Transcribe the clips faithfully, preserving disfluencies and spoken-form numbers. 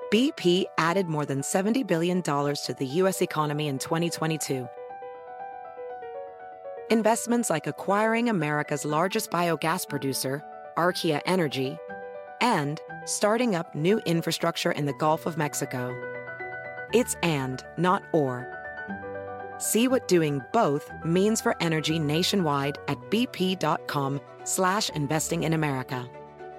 B P added more than seventy billion dollars to the U S economy in twenty twenty-two. Investments like acquiring America's largest biogas producer, Archaea Energy, and starting up new infrastructure in the Gulf of Mexico. It's and, not or. See what doing both means for energy nationwide at bp.com slash investing in America.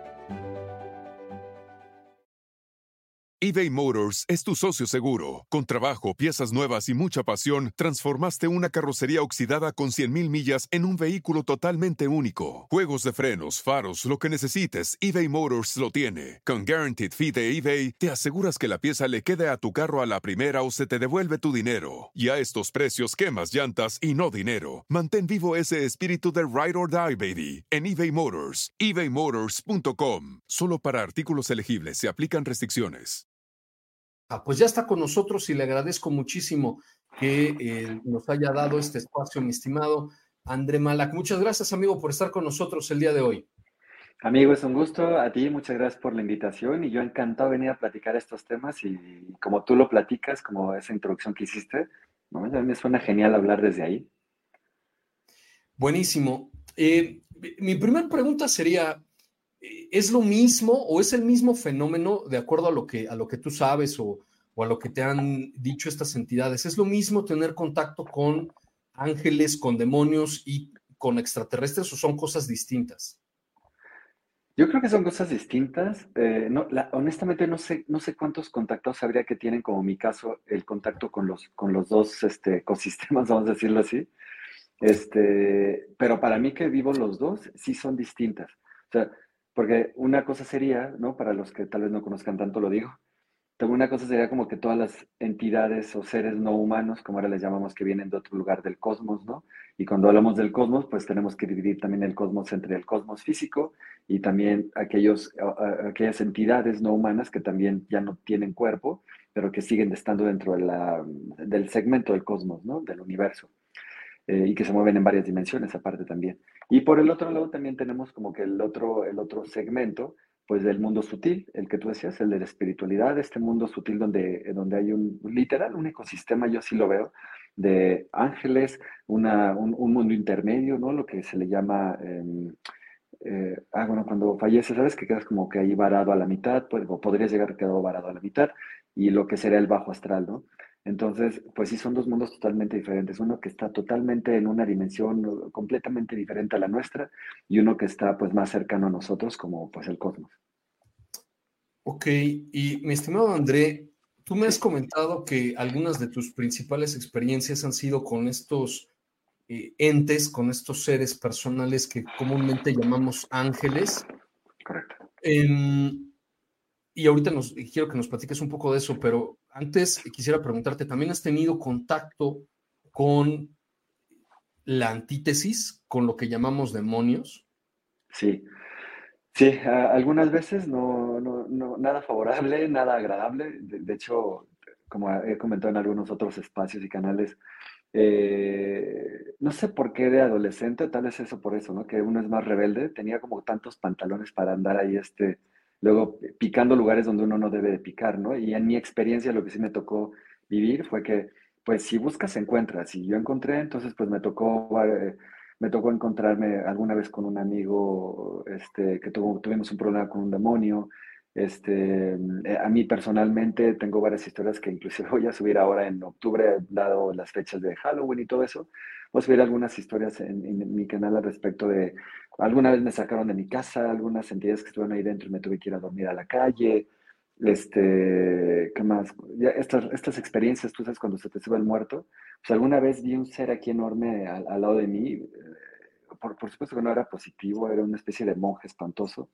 eBay Motors es tu socio seguro. Con trabajo, piezas nuevas y mucha pasión, transformaste una carrocería oxidada con cien mil millas en un vehículo totalmente único. Juegos de frenos, faros, lo que necesites, eBay Motors lo tiene. Con Guaranteed Fee de eBay, te aseguras que la pieza le quede a tu carro a la primera o se te devuelve tu dinero. Y a estos precios, quemas llantas y no dinero. Mantén vivo ese espíritu de Ride or Die, baby, en eBay Motors. ebay motors punto com. Solo para artículos elegibles se aplican restricciones. Ah, pues ya está con nosotros y le agradezco muchísimo que eh, nos haya dado este espacio, mi estimado André Malak. Muchas gracias, amigo, por estar con nosotros el día de hoy. Amigo, es un gusto. A ti, muchas gracias por la invitación y yo encantado de venir a platicar estos temas y como tú lo platicas, como esa introducción que hiciste, ¿no? A mí me suena genial hablar desde ahí. Buenísimo. Eh, mi primera pregunta sería, ¿es lo mismo o es el mismo fenómeno de acuerdo a lo que, a lo que tú sabes o, o a lo que te han dicho estas entidades? ¿Es lo mismo tener contacto con ángeles, con demonios y con extraterrestres o son cosas distintas? Yo creo que son cosas distintas. Eh, no, la- honestamente no sé, no sé cuántos contactos habría que tienen, como mi caso, el contacto con los, con los dos este, ecosistemas, vamos a decirlo así. Este, pero para mí que vivo los dos, sí son distintas. O sea, porque una cosa sería, ¿no? Para los que tal vez no conozcan tanto, lo digo. También una cosa sería como que todas las entidades o seres no humanos, como ahora les llamamos, que vienen de otro lugar del cosmos, ¿no? Y cuando hablamos del cosmos, pues tenemos que dividir también el cosmos entre el cosmos físico y también aquellos, a- a- aquellas entidades no humanas que también ya no tienen cuerpo, pero que siguen estando dentro de la, del segmento del cosmos, ¿no? Del universo. Eh, y que se mueven en varias dimensiones aparte también. Y por el otro lado también tenemos como que el otro, el otro segmento, pues del mundo sutil, el que tú decías, el de la espiritualidad, este mundo sutil donde, donde hay un, literal, un ecosistema, yo sí lo veo, de ángeles, una, un, un mundo intermedio, ¿no? Lo que se le llama... Eh, eh, ah, bueno, cuando falleces, ¿sabes? Que quedas como que ahí varado a la mitad, pues, o podrías llegar quedado varado a la mitad, y lo que sería el bajo astral, ¿no? Entonces, pues sí, son dos mundos totalmente diferentes. Uno que está totalmente en una dimensión completamente diferente a la nuestra, y uno que está pues más cercano a nosotros, como pues el cosmos. Ok, y mi estimado André, tú me has Sí, comentado que algunas de tus principales experiencias han sido con estos eh, entes, con estos seres personales que comúnmente llamamos ángeles. correcto. Em, y ahorita nos, quiero que nos platiques un poco de eso, pero antes quisiera preguntarte, ¿también has tenido contacto con la antítesis, con lo que llamamos demonios? Sí, sí, a- algunas veces no, no, no, nada favorable, nada agradable. De, de hecho, como he comentado en algunos otros espacios y canales, eh, no sé por qué de adolescente, tal vez eso por eso, ¿no? Que uno es más rebelde, tenía como tantos pantalones para andar ahí, este, luego picando lugares donde uno no debe de picar, ¿no? Y en mi experiencia lo que sí me tocó vivir fue que, pues si buscas, encuentras. Y yo encontré, entonces pues me tocó, eh, me tocó encontrarme alguna vez con un amigo, este, que tuvo, tuvimos un problema con un demonio. Este, eh, a mí personalmente tengo varias historias que inclusive voy a subir ahora en octubre, dado las fechas de Halloween y todo eso. Voy a subir algunas historias en, en mi canal al respecto de, alguna vez me sacaron de mi casa, algunas entidades que estuvieron ahí dentro y me tuve que ir a dormir a la calle. Este, ¿qué más? Ya estas, estas experiencias, tú sabes, cuando se te sube el muerto, pues alguna vez vi un ser aquí enorme al, al lado de mí. eh, Por, por supuesto que no era positivo, era una especie de monje espantoso.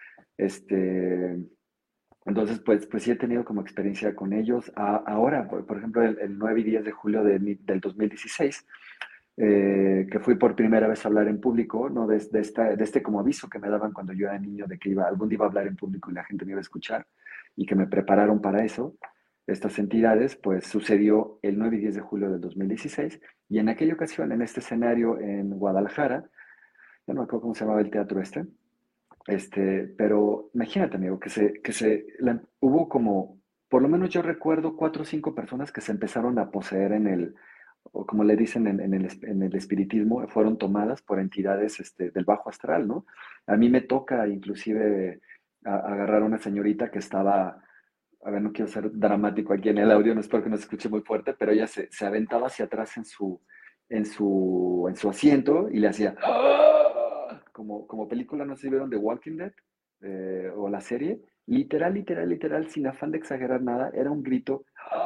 Este, entonces, pues, pues sí he tenido como experiencia con ellos. A- ahora, por, por ejemplo, el, el nueve y diez de julio de mi- del dos mil dieciséis, eh, que fui por primera vez a hablar en público, ¿no? De, de esta, de este como aviso que me daban cuando yo era niño de que iba, algún día iba a hablar en público y la gente me iba a escuchar y que me prepararon para eso. Estas entidades, pues sucedió el nueve y diez de julio del dos mil dieciséis y en aquella ocasión, en este escenario en Guadalajara, ya no me acuerdo cómo se llamaba el teatro este, este, pero imagínate, amigo, que se, que se, la- hubo como, por lo menos yo recuerdo cuatro o cinco personas que se empezaron a poseer en el, o como le dicen en, en el, es- en el espiritismo, fueron tomadas por entidades este, del bajo astral, ¿no? A mí me toca inclusive a- agarrar a una señorita que estaba, a ver, no quiero ser dramático aquí en el audio, no espero que no se escuche muy fuerte, pero ella se, se aventaba hacia atrás en su, en su, en su asiento y le hacía ¡ah! como, como película, no sé si vieron The Walking Dead eh, o la serie, literal, literal, literal, sin afán de exagerar nada, era un grito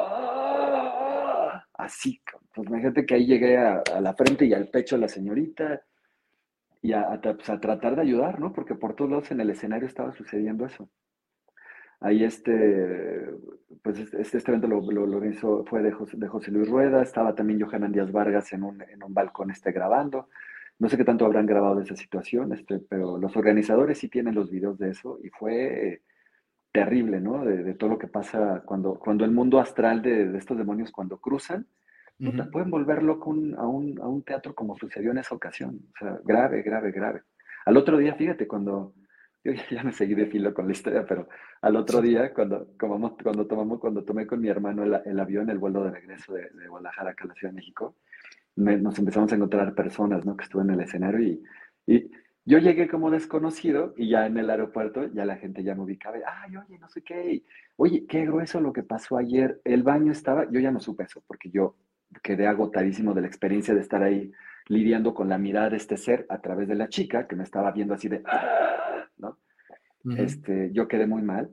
¡ah! Así, cabrón. Pues imagínate que ahí llegué a, a la frente y al pecho de la señorita y a, a tra- pues, a tratar de ayudar, ¿no? Porque por todos lados en el escenario estaba sucediendo eso. Ahí este, pues este, este evento lo, lo, lo organizó, fue de José, de José Luis Rueda, estaba también Johanan Díaz Vargas en un, en un balcón este, grabando. No sé qué tanto habrán grabado de esa situación, este, pero los organizadores sí tienen los videos de eso y fue eh, terrible, ¿no? De, de todo lo que pasa cuando, cuando el mundo astral de, de estos demonios, cuando cruzan, puta, Ujú. pueden volver loco un- a, un, a un teatro como sucedió en esa ocasión. O sea, grave, grave, grave. Al otro día, fíjate, cuando, yo ya, ya me seguí de filo con la historia, pero al otro Sí, día, cuando, como, cuando, tomamos, cuando tomé con mi hermano el, el avión, el vuelo de regreso de, de Guadalajara acá a la Ciudad de México, me- nos empezamos a encontrar personas, ¿no? Que estuve en el escenario y, y yo llegué como desconocido y ya en el aeropuerto ya la gente ya me ubicaba, y, ay, oye, no sé qué, y, oye, qué grueso lo que pasó ayer, el baño estaba, yo ya no supe eso, porque yo quedé agotadísimo de la experiencia de estar ahí lidiando con la mirada de este ser a través de la chica que me estaba viendo así de, "Ah", ¿no? ujú. Este, yo quedé muy mal,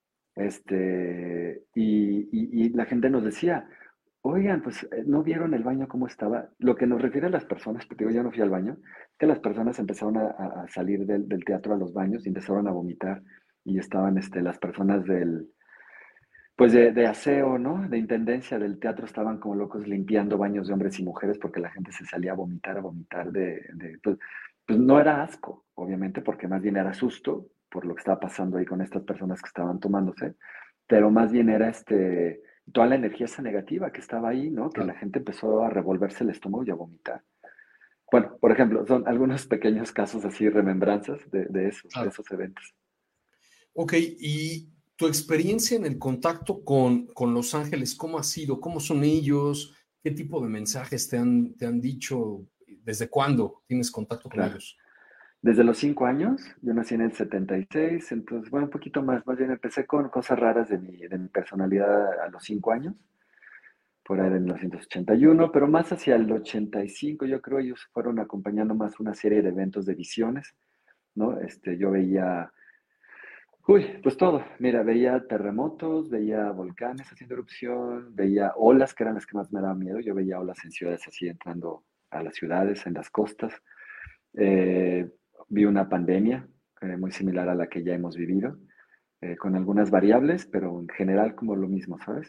este, y, y- y la gente nos decía, oigan, pues eh, no vieron el baño cómo estaba. Lo que nos refiere a las personas, porque digo, yo no fui al baño, es que las personas empezaron a, a- a salir del, del teatro a los baños y empezaron a vomitar. Y estaban este, las personas del, pues de, de aseo, ¿no? De intendencia del teatro estaban como locos limpiando baños de hombres y mujeres porque la gente se salía a vomitar, a vomitar de, de- pues, pues no era asco, obviamente, porque más bien era susto por lo que estaba pasando ahí con estas personas que estaban tomándose, pero más bien era este, toda la energía esa negativa que estaba ahí, ¿no? Que la Claro, gente empezó a revolverse el estómago y a vomitar. Bueno, por ejemplo, son algunos pequeños casos así, remembranzas de, de esos, de claro. esos eventos. Ok, y tu experiencia en el contacto con, con Los Ángeles, ¿cómo ha sido? ¿Cómo son ellos? ¿Qué tipo de mensajes te han, te han dicho? ¿Desde cuándo tienes contacto con Claro. ellos? Desde los cinco años, yo nací en el setenta y seis, entonces, bueno, un poquito más, más bien empecé con cosas raras de mi, de mi personalidad a los cinco años, por ahí de mil novecientos ochenta y uno, pero más hacia el ochenta y cinco, yo creo, ellos fueron acompañando más una serie de eventos de visiones, ¿no? Este, yo veía, uy, pues todo, mira, veía terremotos, veía volcanes haciendo erupción, veía olas, que eran las que más me daban miedo, yo veía olas en ciudades así, entrando a las ciudades, en las costas. Eh, Vi una pandemia eh, muy similar a la que ya hemos vivido, eh, con algunas variables, pero en general como lo mismo, ¿sabes?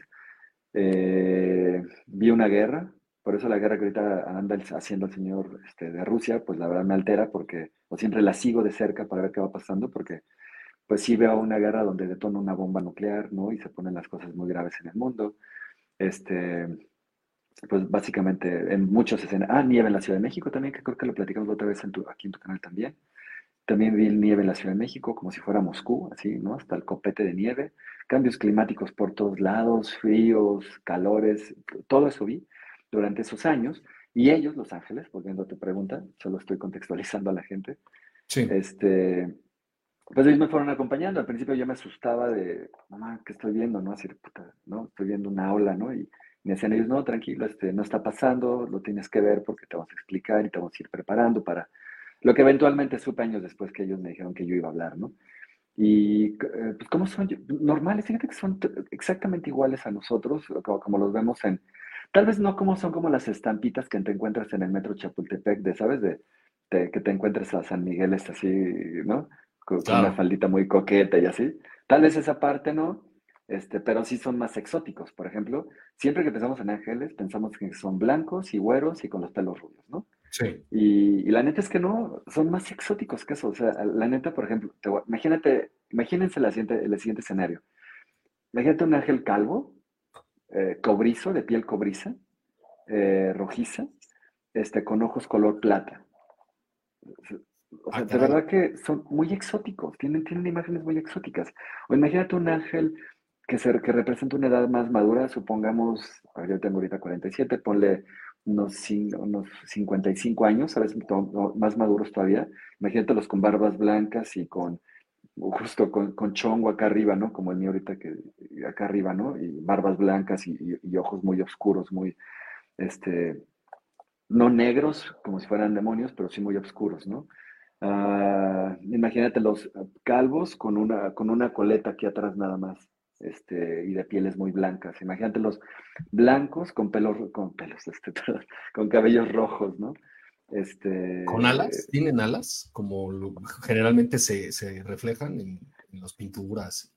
Eh, vi una guerra, por eso la guerra que ahorita anda el- haciendo el señor este, de Rusia, pues la verdad me altera porque, o siempre la sigo de cerca para ver qué va pasando, porque pues sí veo una guerra donde detona una bomba nuclear, ¿no? Y se ponen las cosas muy graves en el mundo. Este, pues básicamente en muchos escenarios. Ah, nieve en la Ciudad de México también, que creo que lo platicamos la otra vez en tu- aquí en tu canal también. También vi nieve en la Ciudad de México, como si fuera Moscú, así, ¿no? Hasta el copete de nieve. Cambios climáticos por todos lados, fríos, calores, todo eso vi durante esos años. Y ellos, Los Ángeles, volviendo a tu pregunta, solo estoy contextualizando a la gente, Sí, este, pues ellos me fueron acompañando. Al principio yo me asustaba de, mamá, ¿qué estoy viendo? ¿No? Así, de, puta, ¿no? Estoy viendo una ola, ¿no? Y me decían ellos, no, tranquilo, este, no está pasando, lo tienes que ver porque te vamos a explicar y te vamos a ir preparando para lo que eventualmente supe años después que ellos me dijeron que yo iba a hablar, ¿no? Y, eh, pues, ¿cómo son? Normales, fíjate que son t- exactamente iguales a nosotros, como, como los vemos en, tal vez no como son como las estampitas que te encuentras en el metro Chapultepec, de, ¿sabes? De, de que te encuentres a San Miguel, es así, ¿no? Con, con una claro. faldita muy coqueta y así. Tal vez esa parte no, este, pero sí son más exóticos. Por ejemplo, siempre que pensamos en ángeles, pensamos que son blancos y güeros y con los pelos rubios, ¿no? Sí. Y, y la neta es que no, son más exóticos que eso. O sea, la neta, por ejemplo, te voy- imagínate, imagínense la siguiente- el siguiente escenario. Imagínate un ángel calvo, eh, cobrizo, de piel cobriza, eh, rojiza, este, con ojos color plata. O Ah, sea, de caray. verdad que son muy exóticos, tienen, tienen imágenes muy exóticas. O imagínate un ángel que, se, que representa una edad más madura, supongamos, a ver, yo tengo ahorita cuarenta y siete, ponle unos, cin- unos cincuenta y cinco años, ¿sabes? To- no, más maduros todavía. Imagínatelos con barbas blancas y con, justo con, con chongo acá arriba, ¿no? Como el mío ahorita que acá arriba, ¿no? Y barbas blancas y, y- y ojos muy oscuros, muy, este, no negros como si fueran demonios, pero sí muy oscuros, ¿no? Ah, imagínate los calvos con una, con una coleta aquí atrás nada más, este, y de pieles muy blancas. Imagínate los blancos con pelos, con pelos, este, perdón, con cabellos rojos, ¿no? ¿Con Este, alas? ¿Tienen alas? Como lo- generalmente se, se reflejan en, en las pinturas.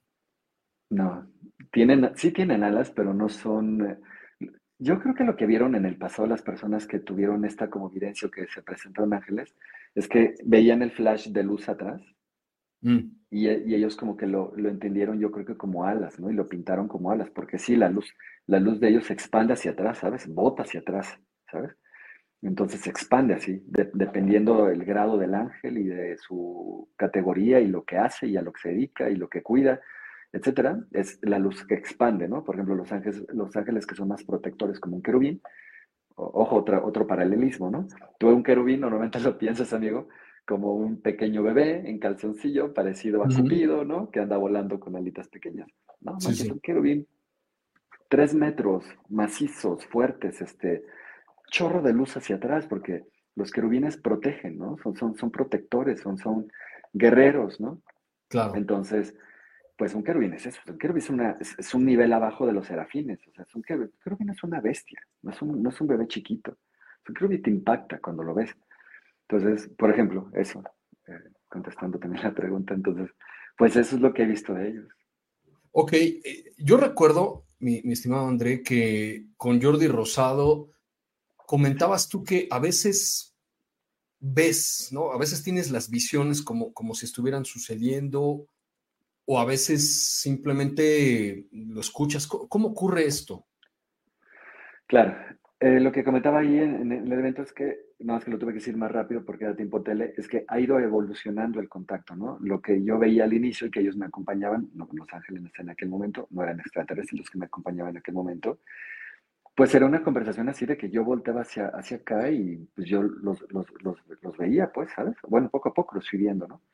no, tienen, sí tienen alas, pero no son. eh, Yo creo que lo que vieron en el pasado las personas que tuvieron esta como evidencia o que se presentaron ángeles es que veían el flash de luz atrás. Mm, Y, e- y ellos como que lo, lo entendieron, yo creo que como alas, ¿no? Y lo pintaron como alas, porque sí, la luz, la luz de ellos se expande hacia atrás, ¿sabes? Bota hacia atrás, ¿sabes? Entonces se expande así, de- dependiendo del grado del ángel y de su categoría y lo que hace y a lo que se dedica y lo que cuida, etcétera, es la luz que expande, ¿no? Por ejemplo, los ángeles, los ángeles que son más protectores, como un querubín, o- ojo, otra- otro paralelismo, ¿no? Tú un querubín normalmente lo piensas, amigo, como un pequeño bebé en calzoncillo, parecido a ujú. Cupido, ¿no? Que anda volando con alitas pequeñas. No, Sí, manches, un sí. querubín, tres metros, macizos, fuertes, este, chorro de luz hacia atrás, porque los querubines protegen, ¿no? Son, son, son protectores, son, son guerreros, ¿no? Claro. Entonces, pues un querubín es eso, un querubín es, una, es, es un nivel abajo de los serafines, o sea, es un querubín, un querubín es una bestia, no es un, no es un bebé chiquito. Un querubín te impacta cuando lo ves. Entonces, por ejemplo, eso, eh, contestando también la pregunta, entonces, pues eso es lo que he visto de ellos. Ok, eh, yo recuerdo, mi, mi estimado André, que con Jordi Rosado comentabas tú que a veces ves, ¿no? A veces tienes las visiones como, como si estuvieran sucediendo o a veces simplemente lo escuchas. ¿Cómo, cómo ocurre esto? Claro, eh, lo que comentaba ahí en, en el evento es que, nada más que lo tuve que decir más rápido porque era tiempo tele, es que ha ido evolucionando el contacto, ¿no? Lo que yo veía al inicio y que ellos me acompañaban, no, Los Ángeles en aquel momento, no eran extraterrestres los que me acompañaban en aquel momento, pues era una conversación así de que yo volteaba hacia, hacia acá y pues yo los, los, los, los veía, pues, ¿sabes? Bueno, poco a poco los fui viendo, ¿no?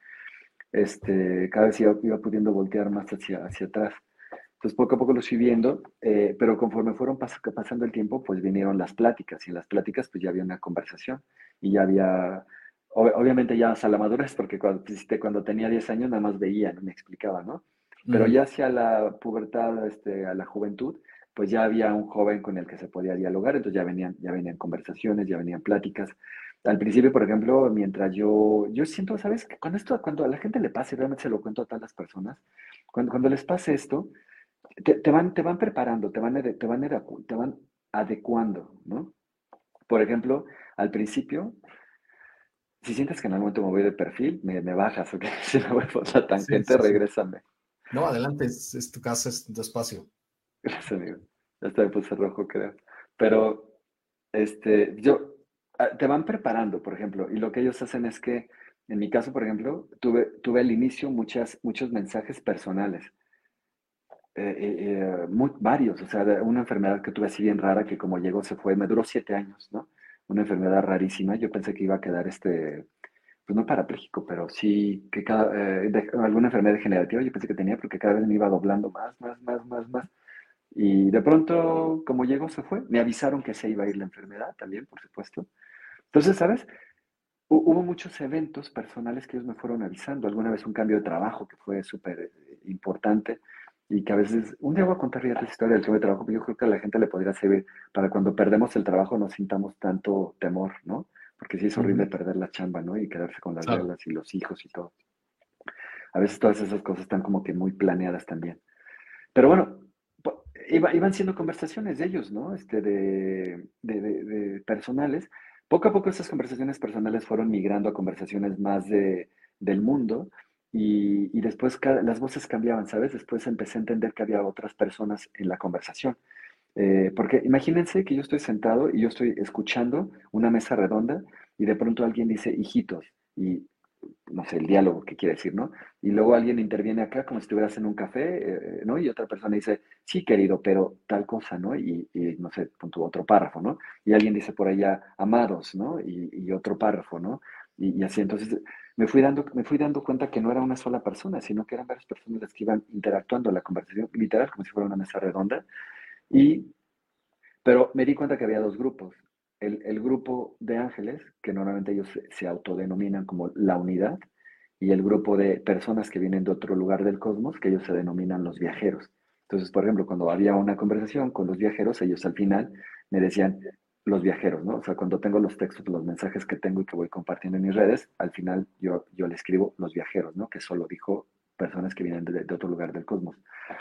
Este, cada vez iba, iba pudiendo voltear más hacia, hacia atrás. Entonces, poco a poco los fui viendo, eh, pero conforme fueron pas pasando el tiempo, pues vinieron las pláticas, y en las pláticas pues ya había una conversación, y ya había, ob obviamente ya hasta la madurez, porque cuando, pues, este, cuando tenía diez años nada más veía, no me explicaba, ¿no? Pero Ujú. ya hacia la pubertad, este, a la juventud, pues ya había un joven con el que se podía dialogar, entonces ya venían, ya venían conversaciones, ya venían pláticas. Al principio, por ejemplo, mientras yo, yo siento, ¿sabes? Que cuando esto, cuando a la gente le pase, realmente se lo cuento a todas las personas, cuando, cuando les pase esto, te, te van, te van preparando, te van, ade- te van, adecu- te van adecuando, ¿no? Por ejemplo, al principio, si sientes que en algún momento me voy de perfil, me, me bajas, ¿ok? Si me voy por la Sí, tangente, sí, sí. regrésame. No, adelante, es, es tu casa, es tu espacio. Gracias, amigo. Hasta me puse rojo, creo. Pero, este, yo, ah, te van preparando, por ejemplo, y lo que ellos hacen es que, en mi caso, por ejemplo, tuve, tuve al inicio muchas, muchos mensajes personales. eh, eh, eh, muy- varios, o sea, de una enfermedad que tuve así bien rara que como llegó se fue, me duró siete años, ¿no? Una enfermedad rarísima, yo pensé que iba a quedar este, pues no parapléjico, pero sí que cada, eh, de- alguna enfermedad degenerativa yo pensé que tenía porque cada vez me iba doblando más, más, más, más, más. Y de pronto, como llegó, se fue. Me avisaron que se iba a ir la enfermedad también, por supuesto. Entonces, ¿sabes? Hu- Hubo muchos eventos personales que ellos me fueron avisando. Alguna vez un cambio de trabajo que fue súper eh, importante y que a veces, un día voy a contar ya esta historia del cambio de trabajo, pero yo creo que a la gente le podría servir para cuando perdemos el trabajo no sintamos tanto temor, ¿no? Porque sí es horrible Ujú. perder la chamba, ¿no? Y quedarse con las Claro. deudas y los hijos y todo. A veces todas esas cosas están como que muy planeadas también. Pero bueno, po- iba- iban siendo conversaciones de ellos, ¿no? Este, de, de, de- de personales. Poco a poco esas conversaciones personales fueron migrando a conversaciones más de, del mundo y, y después ca- las voces cambiaban, ¿sabes? Después empecé a entender que había otras personas en la conversación. Eh, porque imagínense que yo estoy sentado y yo estoy escuchando una mesa redonda y de pronto alguien dice hijitos y no sé, el diálogo que quiere decir, ¿no? Y luego alguien interviene acá como si estuvieras en un café, eh, ¿no? Y otra persona dice, sí, querido, pero tal cosa, ¿no? Y, y no sé, punto otro párrafo, ¿no? Y alguien dice por allá, amados, ¿no? Y, y otro párrafo, ¿no? Y, y así, entonces me fui, dando, me fui dando cuenta que no era una sola persona, sino que eran varias personas las que iban interactuando en la conversación, literal, como si fuera una mesa redonda. Y pero me di cuenta que había dos grupos. El, el grupo de ángeles, que normalmente ellos se, se autodenominan como la unidad, y el grupo de personas que vienen de otro lugar del cosmos, que ellos se denominan los viajeros. Entonces, por ejemplo, cuando había una conversación con los viajeros, ellos al final me decían los viajeros, ¿no? O sea, cuando tengo los textos, los mensajes que tengo y que voy compartiendo en mis redes, al final yo, yo le escribo los viajeros, ¿no? Que solo dijo personas que vienen de, de otro lugar del cosmos.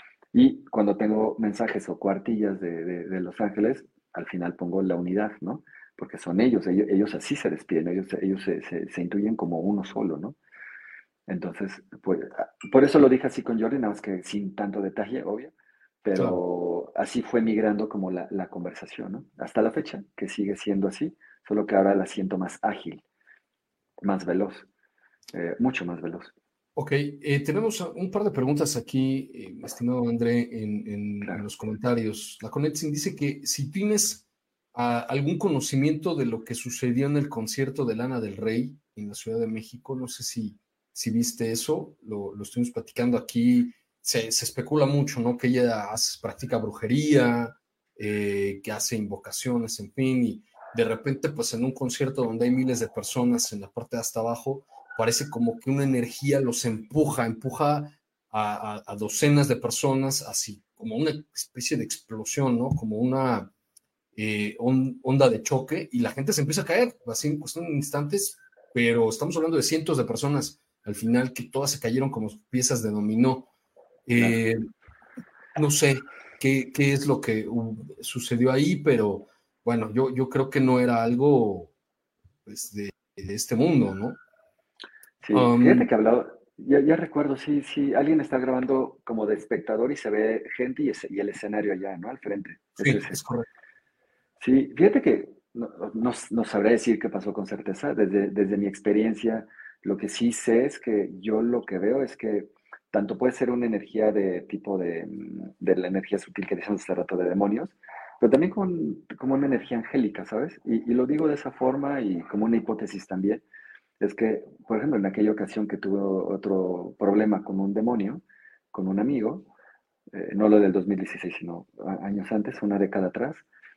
Y cuando tengo mensajes o cuartillas de, de, de Los Ángeles, al final pongo la unidad, ¿no? Porque son ellos, ellos, ellos así se despiden, ellos, ellos se, se, se intuyen como uno solo, ¿no? Entonces, pues, por eso lo dije así con Jordi, nada más que sin tanto detalle, obvio, Claro. pero así fue migrando como la, la conversación, ¿no? Hasta la fecha, que sigue siendo así, solo que ahora la siento más ágil, más veloz, eh, mucho más veloz. Ok, eh, tenemos un par de preguntas aquí, eh, estimado André, en, en- en Claro. los comentarios. La Conexin dice que si tienes ah, algún conocimiento de lo que sucedió en el concierto de Lana del Rey en la Ciudad de México, no sé si, si viste eso, lo, lo estuvimos platicando aquí, se, se especula mucho, ¿no? Que ella hace, practica brujería, eh, que hace invocaciones, en fin, y de repente, pues en un concierto donde hay miles de personas en la parte de hasta abajo, parece como que una energía los empuja, empuja a, a, a docenas de personas, así como una especie de explosión, ¿no? Como una eh, on, onda de choque y la gente se empieza a caer, así en cuestión de instantes, pero estamos hablando de cientos de personas al final que todas se cayeron como piezas de dominó. Claro. Eh, no sé qué, qué, es lo que uh, sucedió ahí, pero bueno, yo, yo creo que no era algo pues, de, de este mundo, ¿no? Sí, fíjate Um, que hablaba, ya, ya recuerdo, sí, sí, alguien está grabando como de espectador y se ve gente y, ese- y el escenario allá, ¿no? Al frente, es sí, ese. es correcto. Sí, fíjate que no, no, no sabré decir qué pasó con certeza. Desde, desde mi experiencia, lo que sí sé es que yo lo que veo es que tanto puede ser una energía de tipo de, mm, de la energía sutil que decíamos hace rato de demonios, pero también con, como una energía angélica, ¿sabes? Y, y lo digo de esa forma y como una hipótesis también. Es que, por ejemplo, en aquella ocasión que tuve otro problema con un demonio, con un amigo, eh, no lo del dos mil dieciséis, sino a- años antes, una década atrás,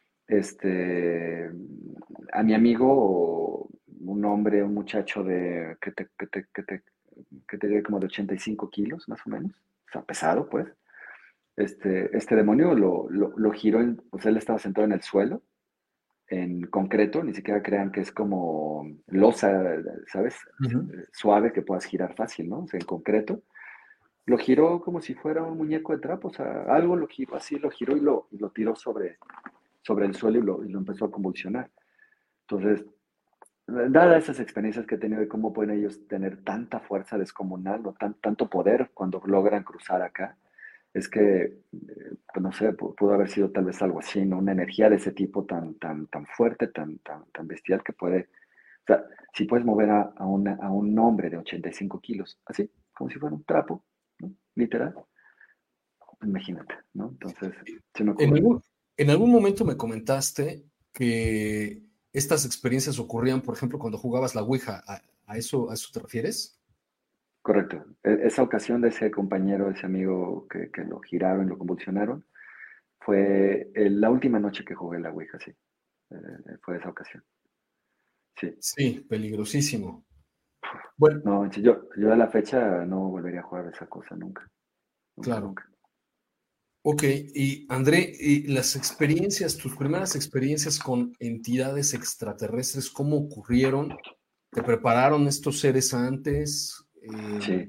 este, a mi amigo, un hombre, un muchacho de, que te, que te, que te, que te diga como de ochenta y cinco kilos, más o menos, o sea, pesado, pues, este, este demonio lo, lo, lo giró, en, o sea, él estaba sentado en el suelo, en concreto, ni siquiera crean que es como losa, ¿sabes? Ujú. Suave que puedas girar fácil, ¿no? O sea, en concreto. Lo giró como si fuera un muñeco de trapo, o sea, algo lo giró así, lo giró y lo, y lo tiró sobre, sobre el suelo y lo, y lo empezó a convulsionar. Entonces, dadas esas experiencias que he tenido de cómo pueden ellos tener tanta fuerza descomunal o tan, tanto poder cuando logran cruzar acá, es que, eh, pues no sé, pudo haber sido tal vez algo así, ¿no? Una energía de ese tipo tan, tan, tan fuerte, tan, tan, tan bestial que puede, o sea, si puedes mover a, a, una, a un hombre de ochenta y cinco kilos, así, como si fuera un trapo, ¿no? Literal, imagínate, ¿no? Entonces, se me En ocurre. algún, en algún momento me comentaste que estas experiencias ocurrían, por ejemplo, cuando jugabas la Ouija. ¿A, a eso, a eso te refieres? Correcto. E- Esa ocasión de ese compañero, ese amigo que, que lo giraron, lo convulsionaron, fue eh, la última noche que jugué la Ouija, sí. Eh, fue esa ocasión. Sí. Sí, peligrosísimo. Bueno, No, sí, yo, yo a la fecha no volvería a jugar esa cosa nunca. Nunca, claro. nunca. Ok, y André, y las experiencias, tus primeras experiencias con entidades extraterrestres, ¿cómo ocurrieron? ¿Te prepararon estos seres antes? Eh, Sí,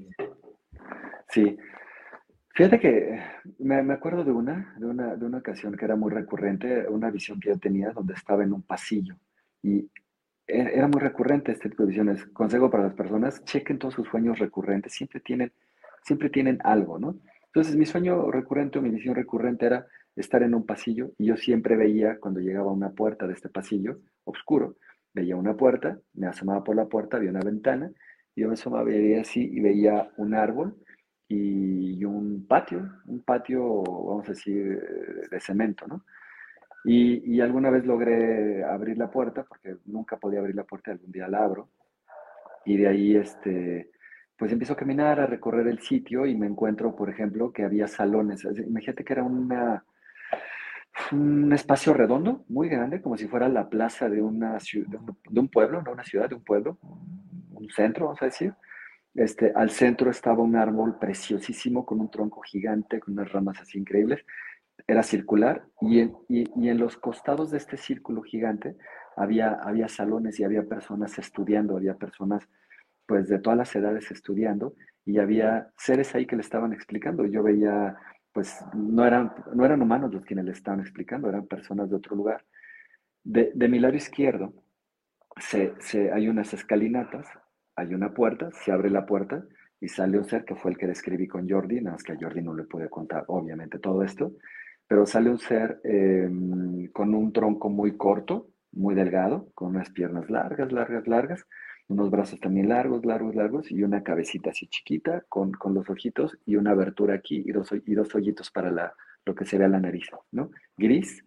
sí. Fíjate que me, me acuerdo de una, de una, de una ocasión que era muy recurrente, una visión que yo tenía donde estaba en un pasillo y e- era muy recurrente este tipo de visiones. Consejo para las personas, chequen todos sus sueños recurrentes, siempre tienen, siempre tienen algo, ¿no? Entonces mi sueño recurrente o mi visión recurrente era estar en un pasillo y yo siempre veía cuando llegaba a una puerta de este pasillo, oscuro, veía una puerta, me asomaba por la puerta, había una ventana Yo me asomaba, veía así y veía un árbol y un patio, un patio, vamos a decir, eh, de cemento, ¿no? Y, y alguna vez logré abrir la puerta, porque nunca podía abrir la puerta, algún día la abro, y de ahí, este, pues empiezo a caminar, a recorrer el sitio y me encuentro, por ejemplo, que había salones. Es- Imagínate que era una, un espacio redondo, muy grande, como si fuera la plaza de, una, ciu- de, un, de un pueblo, no una ciudad, de un pueblo, un centro, vamos a decir. Este, al centro estaba un árbol preciosísimo con un tronco gigante, con unas ramas así increíbles. Era circular y en, y, y en los costados de este círculo gigante había, había salones y había personas estudiando, había personas pues de todas las edades estudiando y había seres ahí que le estaban explicando. Yo veía, pues no eran, no eran humanos los quienes le estaban explicando, eran personas de otro lugar. De, de mi lado izquierdo se, se, hay unas escalinatas, hay una puerta, se abre la puerta y sale un ser que fue el que describí con Jordi, nada más que a Jordi no le pude contar obviamente todo esto, pero sale un ser eh, con un tronco muy corto, muy delgado, con unas piernas largas, largas, largas, unos brazos también largos, largos, largos y una cabecita así chiquita con, con los ojitos y una abertura aquí y dos, y dos hoyitos para la, lo que sería la nariz, ¿no? Gris,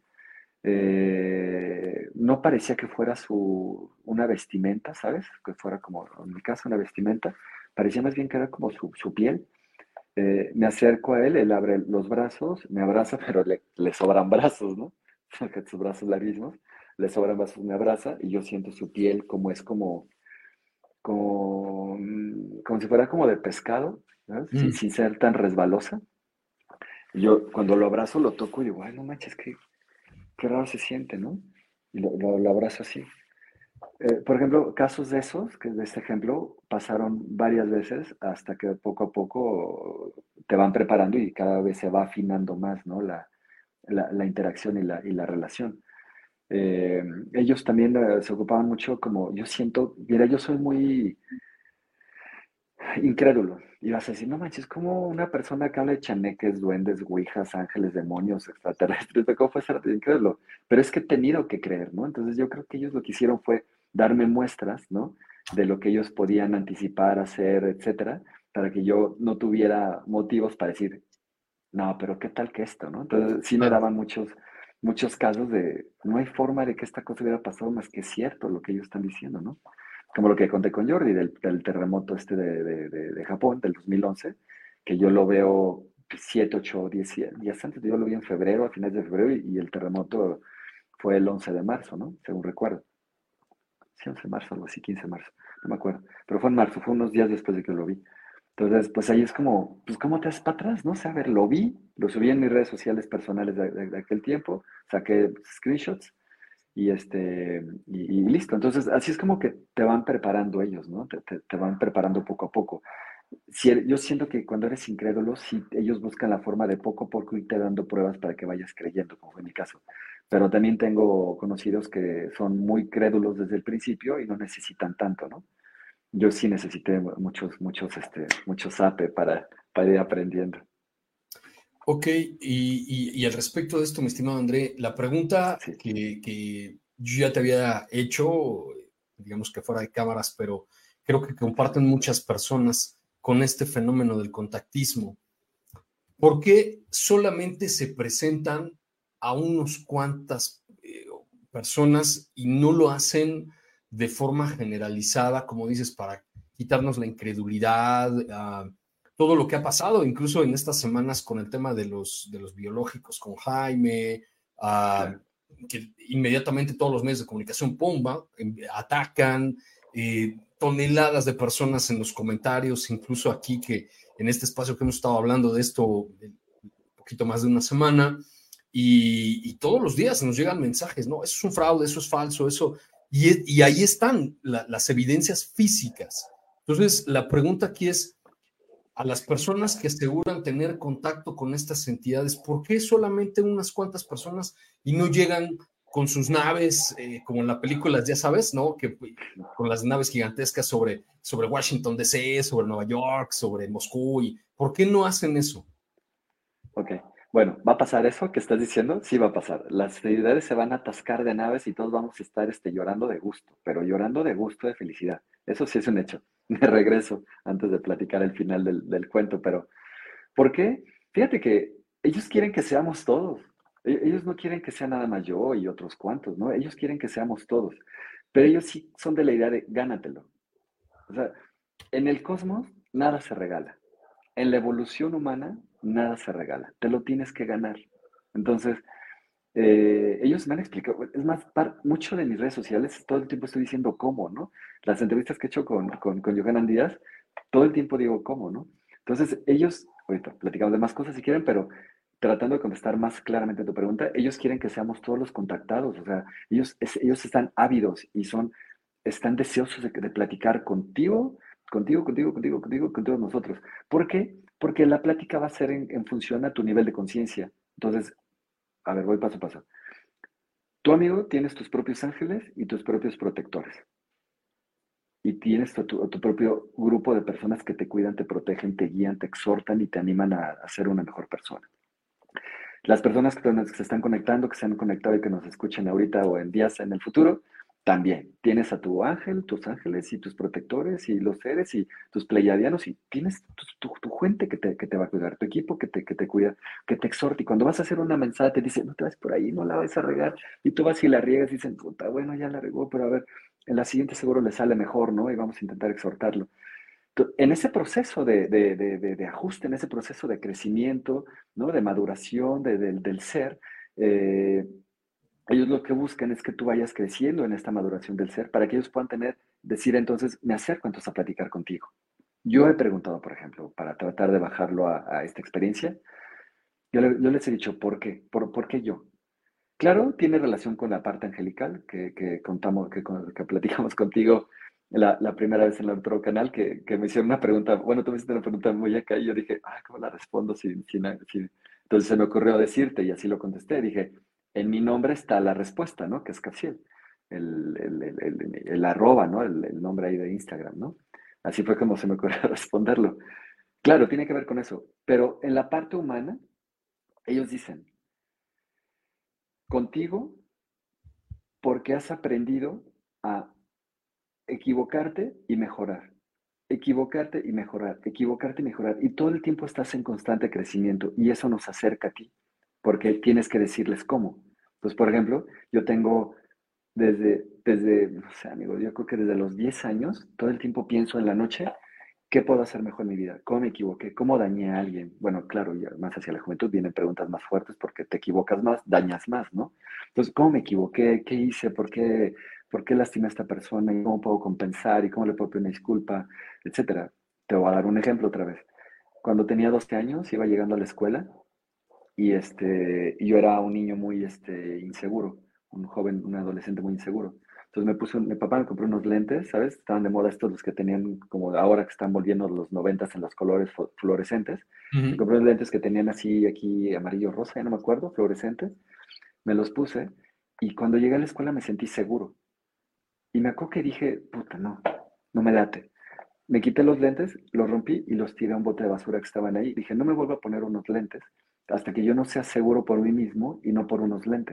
eh, no parecía que fuera su, una vestimenta, ¿sabes? Que fuera como, en mi caso, una vestimenta. Parecía más bien que era como su, su piel. Eh, me acerco a él, él abre los brazos, me abraza, pero le, le sobran brazos, ¿no? Porque sus brazos larguísimos, le sobran brazos, me abraza y yo siento su piel como es como, como, mm, como si fuera como de pescado, ¿sabes? Sin, Mm. sin ser tan resbalosa. Y yo cuando lo abrazo lo toco y digo, ay, no manches, qué, qué raro se siente, ¿no? Y lo, lo, lo abrazo así. Eh, por ejemplo, casos de esos, que de este ejemplo, pasaron varias veces hasta que poco a poco te van preparando y cada vez se va afinando más, ¿no? La, la, la interacción y la, y la relación. Eh, ellos también eh, se ocupaban mucho como, yo siento, mira, yo soy muy incrédulo. Y vas a decir, no manches, como una persona que habla de chaneques, duendes, ouijas, ángeles, demonios, extraterrestres, ¿cómo puede ser incrédulo? Pero es que he tenido que creer, ¿no? Entonces yo creo que ellos lo que hicieron fue darme muestras, ¿no? De lo que ellos podían anticipar, hacer, etcétera, para que yo no tuviera motivos para decir, no, pero ¿qué tal que esto, no? Entonces sí me Claro. daban muchos, muchos casos de, no hay forma de que esta cosa hubiera pasado más que es cierto lo que ellos están diciendo, ¿no? Como lo que conté con Jordi del, del terremoto este de, de, de, de Japón del dos mil once, que yo lo veo siete, ocho, diez días antes, yo lo vi en febrero, a finales de febrero, y, y el terremoto fue el once de marzo, ¿no? Según recuerdo. Sí, once de marzo, algo así, quince de marzo, no me acuerdo. Pero fue en marzo, fue unos días después de que lo vi. Entonces, pues ahí es como, pues ¿cómo te haces para atrás? No sé, a ver, lo vi, lo subí en mis redes sociales personales de, de, de aquel tiempo, saqué screenshots y, este, y, y listo. Entonces, así es como que te van preparando ellos, ¿no? Te, te, te van preparando poco a poco. Si er- yo siento que cuando eres incrédulo, sí, ellos buscan la forma de poco a poco irte dando pruebas para que vayas creyendo, como fue mi caso. Pero también tengo conocidos que son muy crédulos desde el principio y no necesitan tanto, ¿no? Yo sí necesité muchos, muchos, este, muchos A P E para, para ir aprendiendo. Ok, y, y, y al respecto de esto, mi estimado André, la pregunta Sí, que, que yo ya te había hecho, digamos que fuera de cámaras, pero creo que comparten muchas personas con este fenómeno del contactismo. ¿Por qué solamente se presentan a unos cuantas eh, personas y no lo hacen de forma generalizada, como dices, para quitarnos la incredulidad, uh, todo lo que ha pasado, incluso en estas semanas con el tema de los, de los biológicos con Jaime, uh, claro. que inmediatamente todos los medios de comunicación, pumba, atacan, eh, toneladas de personas en los comentarios, incluso aquí que en este espacio que hemos estado hablando de esto un poquito más de una semana, y, y todos los días nos llegan mensajes, ¿no? Eso es un fraude, eso es falso, eso, y, y ahí están la, las evidencias físicas. Entonces, la pregunta aquí es, a las personas que aseguran tener contacto con estas entidades, ¿por qué solamente unas cuantas personas y no llegan con sus naves, eh, como en las películas, ya sabes, ¿no? Que con las naves gigantescas sobre, sobre Washington D C, sobre Nueva York, sobre Moscú, y ¿por qué no hacen eso? Ok. Bueno, ¿va a pasar eso que estás diciendo? Sí va a pasar. Las ciudades se van a atascar de naves y todos vamos a estar este, llorando de gusto, pero llorando de gusto, de felicidad. Eso sí es un hecho. me regreso antes de platicar el final del, del cuento, pero ¿por qué? Fíjate que ellos quieren que seamos todos. E- Ellos no quieren que sea nada más yo y otros cuantos, ¿no? Ellos quieren que seamos todos. Pero ellos sí son de la idea de gánatelo. O sea, en el cosmos nada se regala. En la evolución humana nada se regala. Te lo tienes que ganar. Entonces, eh, ellos me han explicado, es más, par- mucho de mis redes sociales, todo el tiempo estoy diciendo cómo, ¿no? Las entrevistas que he hecho con, con, con Johanan Díaz, todo el tiempo digo cómo, ¿no? Entonces, ellos, ahorita platicamos de más cosas si quieren, pero tratando de contestar más claramente tu pregunta, ellos quieren que seamos todos los contactados, o sea, ellos, es- ellos están ávidos y son, están deseosos de, de platicar contigo, contigo, contigo, contigo, contigo, con todos nosotros. ¿Por qué? Porque la plática va a ser en, en función a tu nivel de conciencia. Entonces, a ver, voy paso a paso. Tu amigo tienes tus propios ángeles y tus propios protectores. Y tienes tu, tu- tu propio grupo de personas que te cuidan, te protegen, te guían, te exhortan y te animan a, a ser una mejor persona. Las personas que, nos- que se están conectando, que se han conectado y que nos escuchen ahorita o en días en el futuro, también tienes a tu ángel, tus ángeles y tus protectores y los seres y tus pleiadianos y tienes tu, tu- tu gente que te, que te va a cuidar, tu equipo que te, que te cuida, que te exhorta. Y cuando vas a hacer una mensaje te dice, no te vas por ahí, no la vas a regar. Y tú vas y la riegas y dicen, puta, bueno, ya la regó, pero a ver, en la siguiente seguro le sale mejor, ¿no? Y vamos a intentar exhortarlo. En ese proceso de, de, de, de, de ajuste, en ese proceso de crecimiento, ¿no? De maduración de, de, del ser, eh, ellos lo que buscan es que tú vayas creciendo en esta maduración del ser para que ellos puedan tener, decir entonces, me acerco entonces a platicar contigo. Yo he preguntado, por ejemplo, para tratar de bajarlo a, a esta experiencia, yo, le, yo, les he dicho, ¿por qué? ¿Por, ¿por qué yo? Claro, tiene relación con la parte angelical que, que contamos, que, que platicamos contigo la, la, primera vez en el otro canal, que, que, me hicieron una pregunta, bueno, tú me hiciste una pregunta muy acá y yo dije, ah, ¿cómo la respondo? Si, si, si? Entonces se me ocurrió decirte y así lo contesté. Dije, en mi nombre está la respuesta, ¿no? Que es Capsiel, el, el, el, el, el arroba, ¿no? El, el nombre ahí de Instagram, ¿no? Así fue como se me ocurrió responderlo. Claro, tiene que ver con eso, pero en la parte humana, ellos dicen, contigo porque has aprendido a equivocarte y mejorar, equivocarte y mejorar, equivocarte y mejorar. Y todo el tiempo estás en constante crecimiento y eso nos acerca a ti, porque tienes que decirles cómo. Pues, por ejemplo, yo tengo desde, desde, no sé, amigo, yo creo que desde los diez años, todo el tiempo pienso en la noche, ¿qué puedo hacer mejor en mi vida? ¿Cómo me equivoqué? ¿Cómo dañé a alguien? Bueno, claro, ya más hacia la juventud vienen preguntas más fuertes porque te equivocas más, dañas más, ¿no? Entonces, ¿cómo me equivoqué? ¿Qué hice? ¿Por qué, por qué lastimé a esta persona? ¿Y cómo puedo compensar? ¿Y cómo le puedo pedir una disculpa? Etcétera. Te voy a dar un ejemplo otra vez. Cuando tenía doce años, iba llegando a la escuela y este, y yo era un niño muy este, inseguro, un joven, un adolescente muy inseguro. Entonces me puso, mi papá me compró unos lentes, ¿sabes? Estaban de moda estos los que tenían, como ahora que están volviendo los noventas en los colores fluorescentes. Uh Me -huh. compré unos lentes que tenían así aquí amarillo rosa, ya no me acuerdo, fluorescentes. Me los puse y cuando llegué a la escuela me sentí seguro. Y me acuerdo que dije, puta, no, no me late. Me quité los lentes, los rompí y los tiré a un bote de basura que estaban ahí. Dije, no me vuelvo a poner unos lentes hasta que yo no sea seguro por mí mismo y no por unos lentes.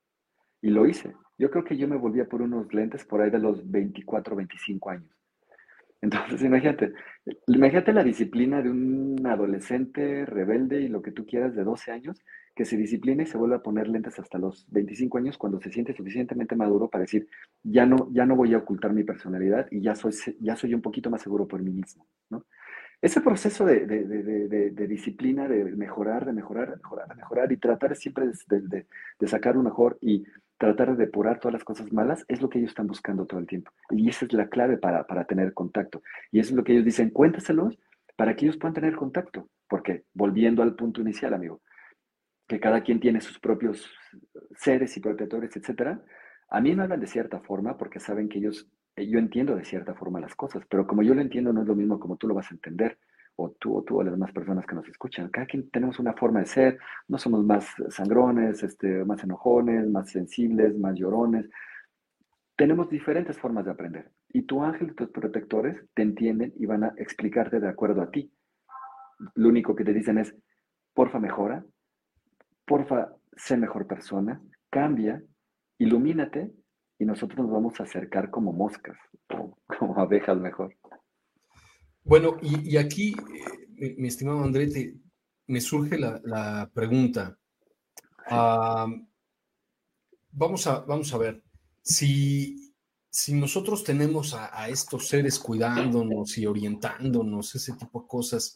Y lo hice. Yo creo que yo me volvía por unos lentes por ahí de los veinticuatro, veinticinco años. Entonces, imagínate, imagínate la disciplina de un adolescente rebelde y lo que tú quieras de doce años, que se disciplina y se vuelve a poner lentes hasta los veinticinco años cuando se siente suficientemente maduro para decir, ya no, ya no voy a ocultar mi personalidad y ya soy, ya soy un poquito más seguro por mí mismo, ¿no? Ese proceso de, de, de, de, de disciplina, de mejorar, de mejorar, de mejorar, de mejorar y tratar siempre de, de, de sacar lo mejor y tratar de depurar todas las cosas malas, es lo que ellos están buscando todo el tiempo. Y esa es la clave para, para tener contacto. Y eso es lo que ellos dicen, cuéntaselos para que ellos puedan tener contacto. Porque, volviendo al punto inicial, amigo, que cada quien tiene sus propios seres y protectores, etcétera, a mí me hablan de cierta forma porque saben que ellos, yo entiendo de cierta forma las cosas, pero como yo lo entiendo no es lo mismo como tú lo vas a entender, o tú o tú o las demás personas que nos escuchan. Cada quien tenemos una forma de ser, no somos más sangrones, este, más enojones, más sensibles, más llorones. Tenemos diferentes formas de aprender. Y tu ángel y tus protectores te entienden y van a explicarte de acuerdo a ti. Lo único que te dicen es, porfa, mejora, porfa, sé mejor persona, cambia, ilumínate y nosotros nos vamos a acercar como moscas, o como abejas mejor. Bueno, y, y aquí, eh, mi, mi estimado André, te- me surge la, la pregunta. Sí. Ah, vamos a, vamos a ver, si, si nosotros tenemos a, a estos seres cuidándonos y orientándonos, ese tipo de cosas,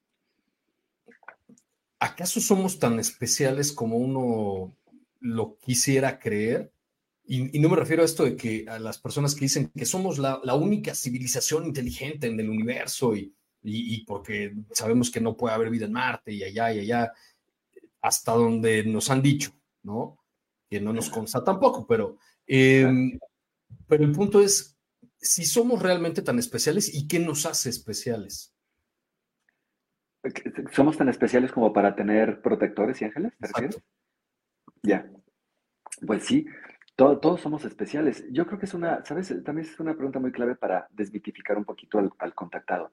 ¿acaso somos tan especiales como uno lo quisiera creer? Y, y no me refiero a esto de que a las personas que dicen que somos la, la única civilización inteligente en el universo y, y, y porque sabemos que no puede haber vida en Marte y allá y allá, hasta donde nos han dicho, ¿no? Que no nos consta tampoco, pero, eh, Claro. pero el punto es si somos realmente tan especiales y qué nos hace especiales. ¿Somos tan especiales como para tener protectores y ángeles, te refieres? Exacto. Ya, pues sí, to- todos somos especiales. Yo creo que es una, ¿sabes? También es una pregunta muy clave para desmitificar un poquito al, al contactado.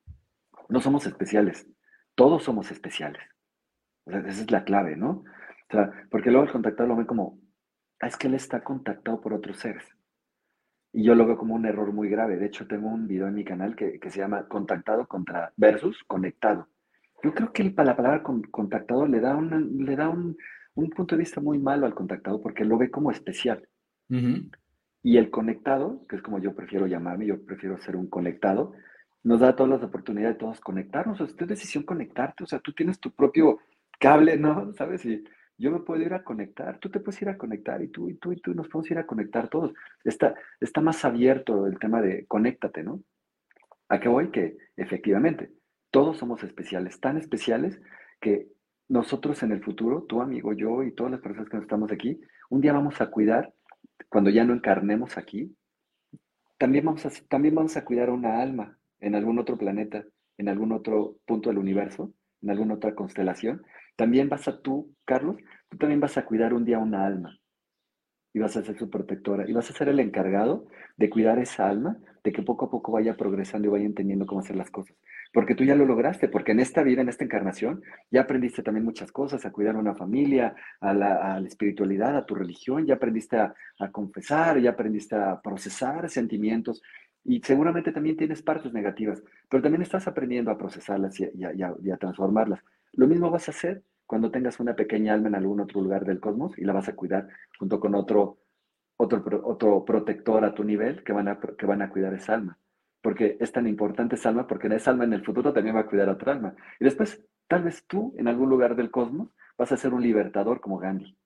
No somos especiales, todos somos especiales. O sea, esa es la clave, ¿no? O sea, porque luego el contactado lo ve como, "Ah, es que él está contactado por otros seres". Y yo lo veo como un error muy grave. De hecho, tengo un video en mi canal que, que se llama Contactado contra versus Conectado. Yo creo que el- la palabra con- contactado le da, una- le da un, un punto de vista muy malo al contactado porque lo ve como especial. Ujú. Y el conectado, que es como yo prefiero llamarme, yo prefiero ser un conectado, nos da todas las oportunidades de todos conectarnos. O sea, es tu decisión conectarte. O sea, tú tienes tu propio cable, ¿no? ¿Sabes? Y yo me puedo ir a conectar, tú te puedes ir a conectar y tú y tú y tú nos podemos ir a conectar todos. Está, está más abierto el tema de conéctate, ¿no? ¿A qué voy? Que efectivamente, todos somos especiales, tan especiales que nosotros en el futuro, tu amigo, yo y todas las personas que estamos aquí, un día vamos a cuidar, cuando ya no encarnemos aquí, también vamos a, también vamos a cuidar a una alma en algún otro planeta, en algún otro punto del universo, en alguna otra constelación. También vas a tú, Carlos, tú también vas a cuidar un día una alma y vas a ser su protectora y vas a ser el encargado de cuidar esa alma, de que poco a poco vaya progresando y vaya entendiendo cómo hacer las cosas. Porque tú ya lo lograste, porque en esta vida, en esta encarnación, ya aprendiste también muchas cosas, a cuidar a una familia, a la, a la espiritualidad, a tu religión, ya aprendiste a, a confesar, ya aprendiste a procesar sentimientos. Y seguramente también tienes partes negativas, pero también estás aprendiendo a procesarlas y a, y a- y a- y a transformarlas. Lo mismo vas a hacer cuando tengas una pequeña alma en algún otro lugar del cosmos y la vas a cuidar junto con otro, otro, otro protector a tu nivel que van, a, que van a cuidar esa alma. Porque es tan importante esa alma, porque esa alma en el futuro también va a cuidar a otra alma. Y después, tal vez tú, en algún lugar del cosmos, vas a ser un libertador como Gandhi.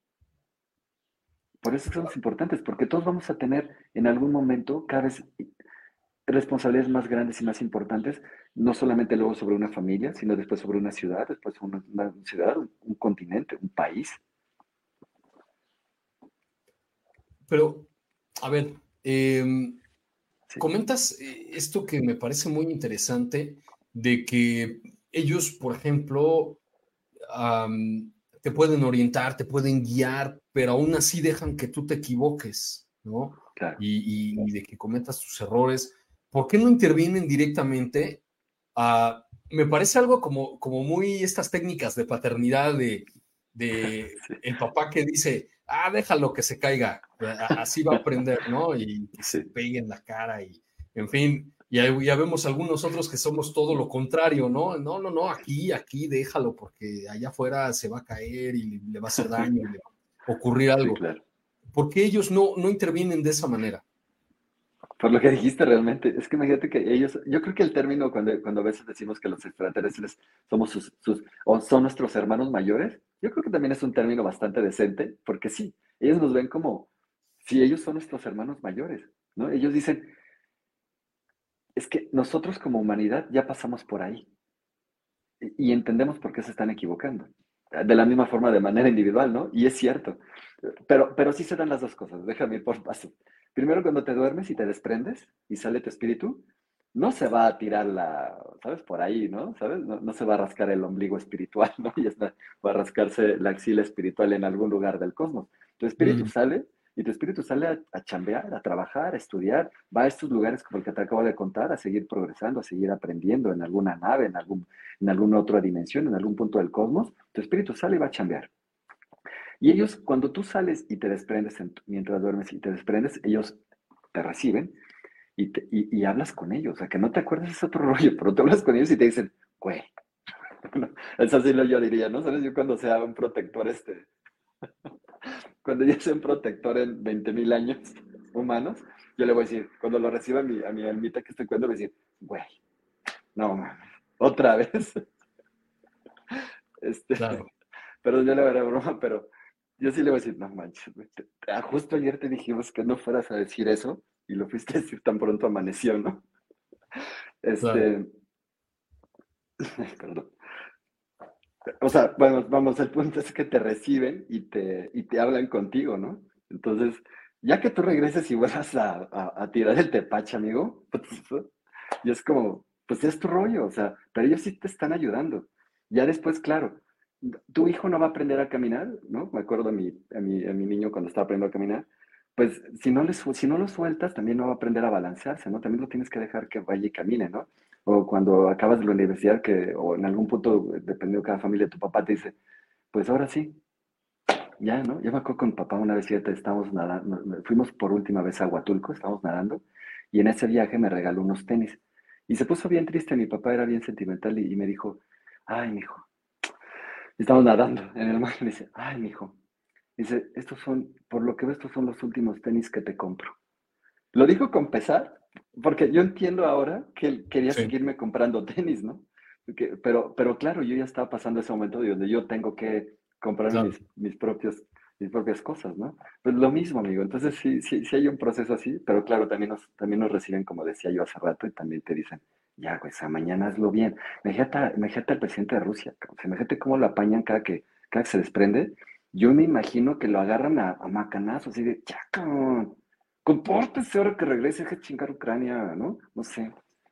Por eso somos importantes, porque todos vamos a tener en algún momento cada vez responsabilidades más grandes y más importantes, no solamente luego sobre una familia, sino después sobre una ciudad, después sobre una, una ciudad, un, un continente, un país. Pero, a ver, eh, Sí, comentas eh, esto que me parece muy interesante de que ellos, por ejemplo, am, te pueden orientar, te pueden guiar, pero aún así dejan que tú te equivoques, ¿no? claro. Y, y- y de que cometas tus errores. ¿Por qué no intervienen directamente? Ah, me parece algo como, como muy estas técnicas de paternidad de, de Sí, el papá que dice, ah, déjalo que se caiga, a- así va a aprender, ¿no? Y que se sí, pegue en la cara y, en fin, y ahí ya vemos algunos otros que somos todo lo contrario, ¿no? No, no, no, aquí, aquí déjalo, porque allá afuera se va a caer y le, le va a hacer daño y le va a ocurrir sí, algo. claro. ¿Por qué ellos no, no intervienen de esa manera? Por lo que dijiste realmente, es que imagínate que ellos, yo creo que el término cuando, cuando a veces decimos que los extraterrestres somos sus, sus, o son nuestros hermanos mayores, yo creo que también es un término bastante decente, porque sí, ellos nos ven como si ellos son nuestros hermanos mayores, ¿no? Ellos dicen, es que nosotros como humanidad ya pasamos por ahí y, y entendemos por qué se están equivocando. De la misma forma, de manera individual, ¿no? Y es cierto. Pero, pero sí se dan las dos cosas. Déjame ir por paso. Primero, cuando te duermes y te desprendes y sale tu espíritu, no se va a tirar la, ¿sabes? Por ahí, ¿no? ¿Sabes? No, no se va a rascar el ombligo espiritual, ¿no? Y está, va a rascarse la axila espiritual en algún lugar del cosmos. Tu espíritu Mm, sale y tu espíritu sale a, a chambear, a trabajar, a estudiar, va a estos lugares como el que te acabo de contar, a seguir progresando, a seguir aprendiendo en alguna nave, en, algún, en alguna otra dimensión, en algún punto del cosmos. Tu espíritu sale y va a chambear. Y ellos, cuando tú sales y te desprendes en, mientras duermes y te desprendes, ellos te reciben y, te- y, y hablas con ellos. O sea, que no te acuerdas es otro rollo, pero tú hablas con ellos y te dicen, güey. No, eso así lo yo diría, ¿no? ¿Sabes? Yo cuando sea un protector, este, cuando yo sea un protector en veinte mil años humanos, yo le voy a decir, cuando lo reciba a mi, a mi almita que estoy cuidando, le voy a decir, güey, no mames, otra vez. Este, Claro, pero yo le haré broma, pero yo sí le voy a decir, no manches, güey, te- te- ah, justo ayer te dijimos que no fueras a decir eso y lo fuiste a decir tan pronto amaneció, ¿no? claro. Este, perdón. O sea, bueno, vamos, el punto es que te reciben y te, y te hablan contigo, ¿no? Entonces, ya que tú regreses y vuelvas a, a, a tirar el tepache, amigo, pues, y es como, pues es tu rollo, o sea, pero ellos sí te están ayudando. Ya después, claro, tu hijo no va a aprender a caminar, ¿no? Me acuerdo a mi, a mi, a mi niño cuando estaba aprendiendo a caminar, pues si no, le, su- si no lo sueltas, también no va a aprender a balancearse, ¿no? También lo tienes que dejar que vaya y camine, ¿no? O cuando acabas de la universidad, que, o en algún punto, dependiendo de cada familia, tu papá te dice, pues ahora sí, ya, ¿no? Yo me acuerdo con mi papá una vez, fíjate, estábamos nadando, fuimos por última vez a Huatulco, estábamos nadando, y en ese viaje me regaló unos tenis. Y se puso bien triste, mi papá era bien sentimental y, y me dijo, ay, mijo, y estamos nadando en el mar, y me dice, ay, mijo, dice, estos son, por lo que veo, estos son los últimos tenis que te compro. Lo dijo con pesar, porque yo entiendo ahora que él quería Sí, seguirme comprando tenis, ¿no? Que- pero, pero claro, yo ya estaba pasando ese momento de donde yo tengo que comprarme claro. mis, mis propios, mis propias cosas, ¿no? Pues lo mismo, amigo. Entonces sí, sí, sí hay un proceso así, pero claro, también nos, también nos reciben, como decía yo hace rato, y también te dicen, ya, güey, o sea, mañana hazlo bien. Imagínate, imagínate al presidente de Rusia, cabrón. O sea, imagínate cómo lo apañan cada que, cada que se desprende. Yo me imagino que lo agarran a, a macanazos, así de, ya, cabrón. Compórtese ahora que regrese, deje de chingar Ucrania, ¿no? No sé.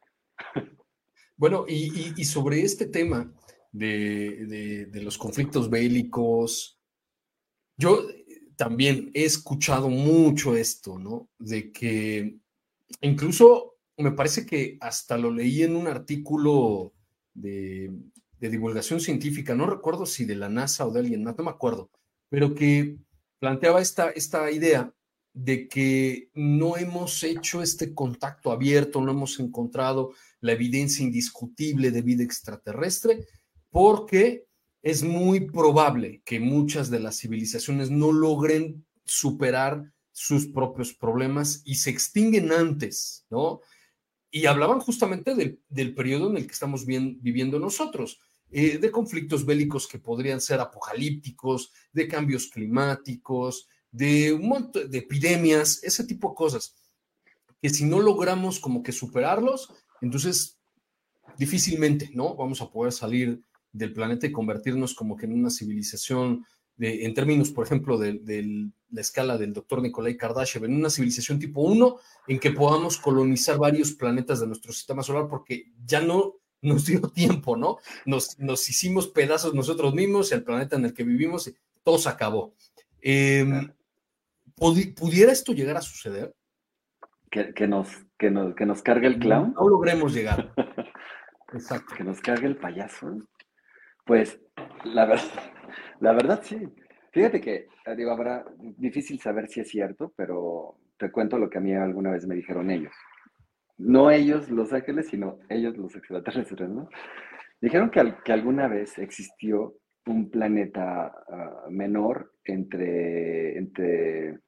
Bueno, y, y- y sobre este tema de, de- de los conflictos bélicos, yo también he escuchado mucho esto, ¿no? De que incluso me parece que hasta lo leí en un artículo de, de divulgación científica, no recuerdo si de la NASA o de alguien más, no me acuerdo, pero que planteaba esta, esta idea de que no hemos hecho este contacto abierto, no hemos encontrado la evidencia indiscutible de vida extraterrestre, porque es muy probable que muchas de las civilizaciones no logren superar sus propios problemas y se extinguen antes, ¿no? Y hablaban justamente del, del periodo en el que estamos bien, viviendo nosotros, eh, de conflictos bélicos que podrían ser apocalípticos, de cambios climáticos, de un montón de epidemias, ese tipo de cosas, que si no logramos como que superarlos, entonces difícilmente, ¿no? Vamos a poder salir del planeta y convertirnos como que en una civilización, de, en términos, por ejemplo, de, de la escala del doctor Nikolai Kardashev, en una civilización tipo uno, en que podamos colonizar varios planetas de nuestro sistema solar, porque ya no nos dio tiempo, ¿no? Nos, nos hicimos pedazos nosotros mismos, el planeta en el que vivimos, todo se acabó. Eh, Claro. ¿Pudiera esto llegar a suceder? Que, que nos, que nos, que nos cargue Que el clown, no logremos llegar. Exacto. que nos cargue el payaso. Pues la verdad, la verdad sí. Fíjate que, eh, digo, habrá difícil saber si es cierto, pero te cuento lo que a mí alguna vez me dijeron ellos. No ellos, los ángeles, sino ellos, los extraterrestres, ¿no? Dijeron que, al- que alguna vez existió un planeta ah, menor entre, entre,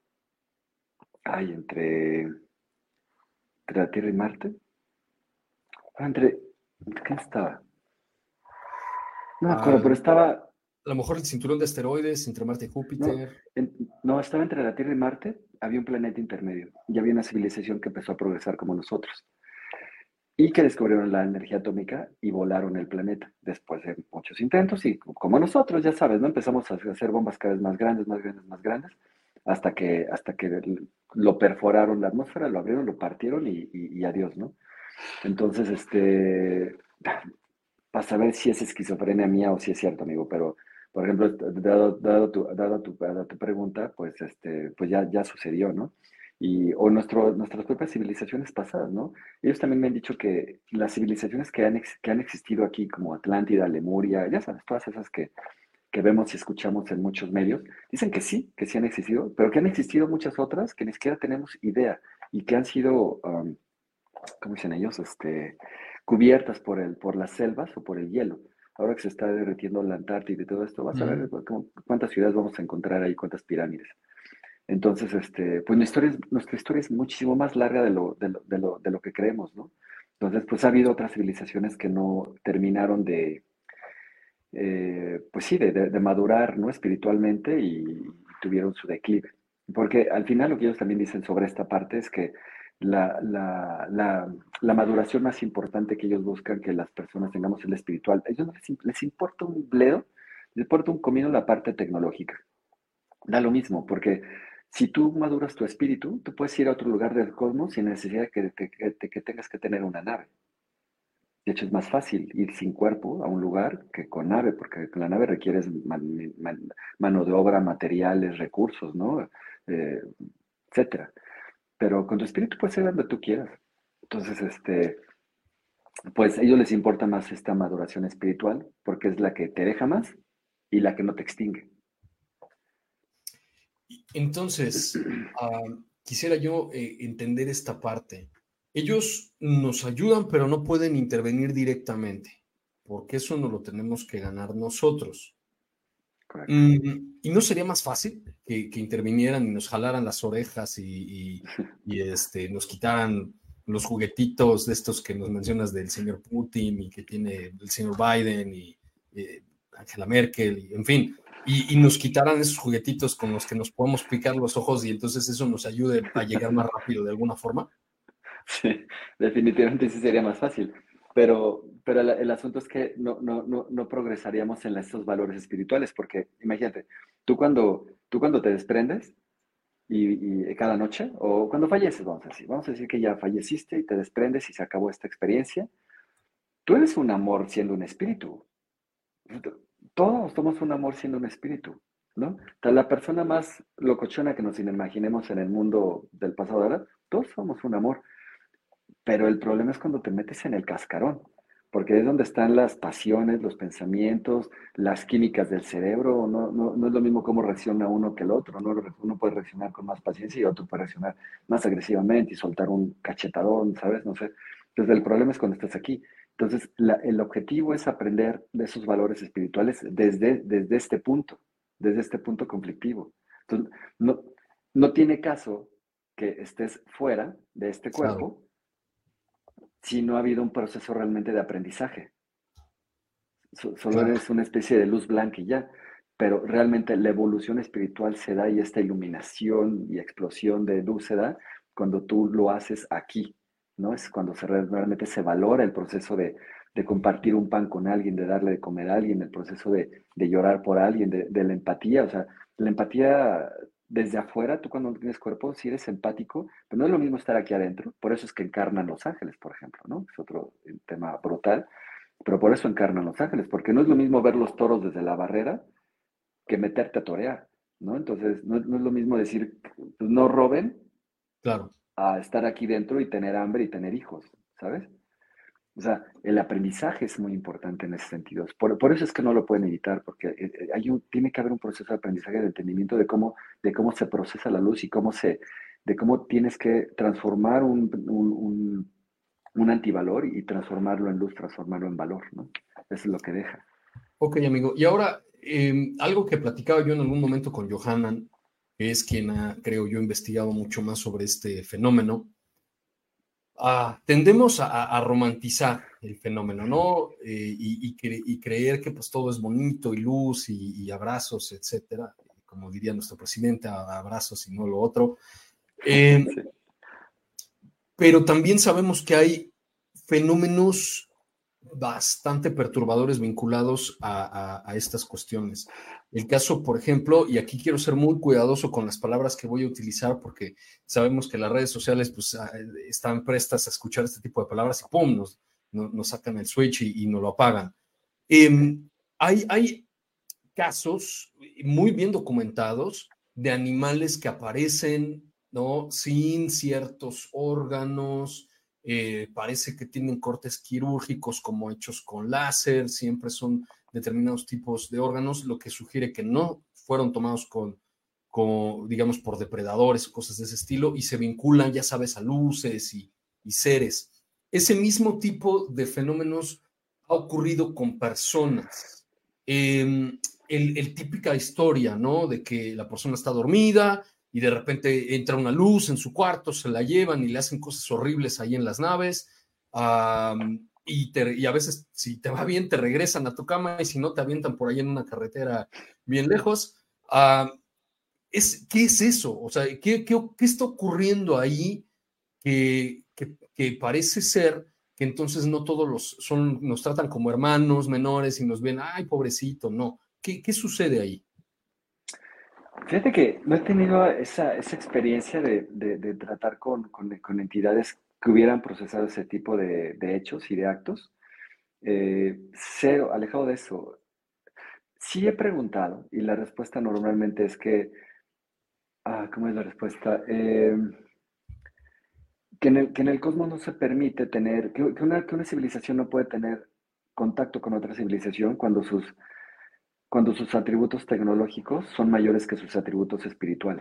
ay, entre, entre la Tierra y Marte. Ah, entre, ¿entre ¿qué estaba? No me acuerdo, A, pero estaba, a lo mejor el cinturón de asteroides entre Marte y no, Júpiter. en- no, estaba entre la Tierra y Marte, había un planeta intermedio y había una civilización que empezó a progresar como nosotros y que descubrieron la energía atómica y volaron el planeta después de muchos intentos y como nosotros, ya sabes, ¿no? Empezamos a hacer bombas cada vez más grandes, más grandes, más grandes, hasta que, hasta que lo perforaron la atmósfera, lo abrieron, lo partieron y, y, y adiós, ¿no? Entonces, este, para saber si es esquizofrenia mía o si es cierto, amigo, pero, por ejemplo, dado, dado, tu, dado tu, dado tu pregunta, pues, este, pues ya, ya sucedió, ¿no? Y, o nuestro, nuestras propias civilizaciones pasadas, ¿no? Ellos también me han dicho que las civilizaciones que han, ex- que han existido aquí, como Atlántida, Lemuria, ya sabes, todas esas que, que vemos y escuchamos en muchos medios, dicen que sí, que sí han existido, pero que han existido muchas otras que ni siquiera tenemos idea y que han sido um, ¿cómo dicen ellos? Este, cubiertas por, el, por las selvas o por el hielo. Ahora que se está derritiendo la Antártida y todo esto, vas a ver Ujú. cómo- cuántas ciudades vamos a encontrar ahí, cuántas pirámides. Entonces, este, pues nuestra historia es, nuestra historia es muchísimo más larga de lo, de lo, de lo, de lo que creemos, ¿no? Entonces, pues ha habido otras civilizaciones que no terminaron de, eh, pues sí, de, de- de madurar, ¿no? Espiritualmente y, tuvieron su declive. Porque al final lo que ellos también dicen sobre esta parte es que la, la, la, la maduración más importante que ellos buscan que las personas tengamos es la espiritual. A ellos no les, im- les importa un bledo, les importa un comino la parte tecnológica. Da lo mismo, porque si tú maduras tu espíritu, tú puedes ir a otro lugar del cosmos sin necesidad de que, te- que te- que tengas que tener una nave. De hecho, es más fácil ir sin cuerpo a un lugar que con nave, porque con la nave requieres man- man- mano de obra, materiales, recursos, ¿no? Eh, etcétera. Pero con tu espíritu puedes ir donde tú quieras. Entonces, este, pues a ellos les importa más esta maduración espiritual, porque es la que te deja más y la que no te extingue. Entonces, ah, quisiera yo eh, entender esta parte. Ellos nos ayudan, pero no pueden intervenir directamente, porque eso no lo tenemos que ganar nosotros. Correcto. Mm, ¿y no sería más fácil que, que intervinieran y nos jalaran las orejas y, y- y, este, nos quitaran los juguetitos de estos que nos mencionas del señor Putin y que tiene el señor Biden y eh, Angela Merkel, y, en fin, y, y nos quitaran esos juguetitos con los que nos podemos picar los ojos y entonces eso nos ayude a llegar más rápido de alguna forma? Sí, definitivamente sí sería más fácil. Pero, pero el, el asunto es que no, no, no, no progresaríamos en estos valores espirituales, porque imagínate, tú cuando, tú cuando te desprendes y, y cada noche, o cuando falleces, vamos a decir, vamos a decir que ya falleciste y te desprendes y se acabó esta experiencia, tú eres un amor siendo un espíritu. Todos somos un amor siendo un espíritu, ¿no? O sea, la persona más locochona que nos imaginemos en el mundo del pasado, ¿verdad? Todos somos un amor. Pero el problema es cuando te metes en el cascarón, porque es donde están las pasiones, los pensamientos, las químicas del cerebro. No, no, no es lo mismo cómo reacciona uno que el otro, ¿no? Uno puede reaccionar con más paciencia y otro puede reaccionar más agresivamente y soltar un cachetadón, ¿sabes? No sé. Entonces, el problema es cuando estás aquí. Entonces, la- el objetivo es aprender de esos valores espirituales desde, desde este punto, desde este punto conflictivo. Entonces, no, no tiene caso que estés fuera de este Claro. cuerpo si no ha habido un proceso realmente de aprendizaje. So- solo Claro. eres una especie de luz blanca y ya, pero realmente la evolución espiritual se da y esta iluminación y explosión de luz se da cuando tú lo haces aquí, ¿no? Es cuando se re- realmente se valora el proceso de, de compartir un pan con alguien, de darle de comer a alguien, el proceso de, de llorar por alguien, de, de la empatía, o sea, la empatía desde afuera, tú cuando no tienes cuerpo, si eres empático, pero no es lo mismo estar aquí adentro, por eso es que encarnan los ángeles, por ejemplo, ¿no? Es otro eh, tema brutal, pero por eso encarnan los ángeles, porque no es lo mismo ver los toros desde la barrera que meterte a torear, ¿no? Entonces, no, no es lo mismo decir, pues, no roben, Claro. a estar aquí dentro y tener hambre y tener hijos, ¿sabes? O sea, el aprendizaje es muy importante en ese sentido. Por, por eso es que no lo pueden evitar, porque eh, eh, hay un, tiene que haber un proceso de aprendizaje, de entendimiento de cómo, de cómo se procesa la luz y cómo se, de cómo tienes que transformar un, un, un, un antivalor y transformarlo en luz, transformarlo en valor, ¿no? Eso es lo que deja. Ok, amigo. Y ahora, eh, algo que platicaba yo en algún momento con Johanan, que es quien ha, creo yo, investigado mucho más sobre este fenómeno. Ah, tendemos a, a romantizar el fenómeno, ¿no? Eh, y, y, cre y, creer que pues todo es bonito y luz y, y abrazos, etcétera. Como diría nuestro presidente, abrazos y no lo otro. Eh, Sí. pero también sabemos que hay fenómenos bastante perturbadores vinculados a, a, a, estas cuestiones. El caso, por ejemplo, y aquí quiero ser muy cuidadoso con las palabras que voy a utilizar porque sabemos que las redes sociales pues, están prestas a escuchar este tipo de palabras y ¡pum! Nos, nos, nos sacan el switch y, y nos lo apagan. Eh, hay, hay casos muy bien documentados de animales que aparecen, ¿no? Sin ciertos órganos, eh, parece que tienen cortes quirúrgicos como hechos con láser, siempre son determinados tipos de órganos, lo que sugiere que no fueron tomados con, con digamos, por depredadores o cosas de ese estilo, y se vinculan, ya sabes, a luces y, y seres. Ese mismo tipo de fenómenos ha ocurrido con personas. Eh, el, el típica historia, ¿no? De que la persona está dormida y de repente entra una luz en su cuarto, se la llevan y le hacen cosas horribles ahí en las naves. Um, y, te, y a veces, si te va bien, te regresan a tu cama y si no, te avientan por ahí en una carretera bien lejos. Uh, es, ¿Qué es eso? O sea, ¿qué, qué, qué está ocurriendo ahí que, que, que parece ser que entonces no todos los son, nos tratan como hermanos menores y nos ven, ay, pobrecito, no? ¿Qué, qué sucede ahí? Fíjate que no he tenido esa, esa experiencia de, de, de tratar con, con, con, entidades que hubieran procesado ese tipo de, de hechos y de actos. Eh, cero, alejado de eso. Sí he preguntado y la respuesta normalmente es que, ah, ¿cómo es la respuesta? Eh, que, en el, que en el cosmos no se permite tener, que, que, una, que una civilización no puede tener contacto con otra civilización cuando sus, cuando sus atributos tecnológicos son mayores que sus atributos espirituales.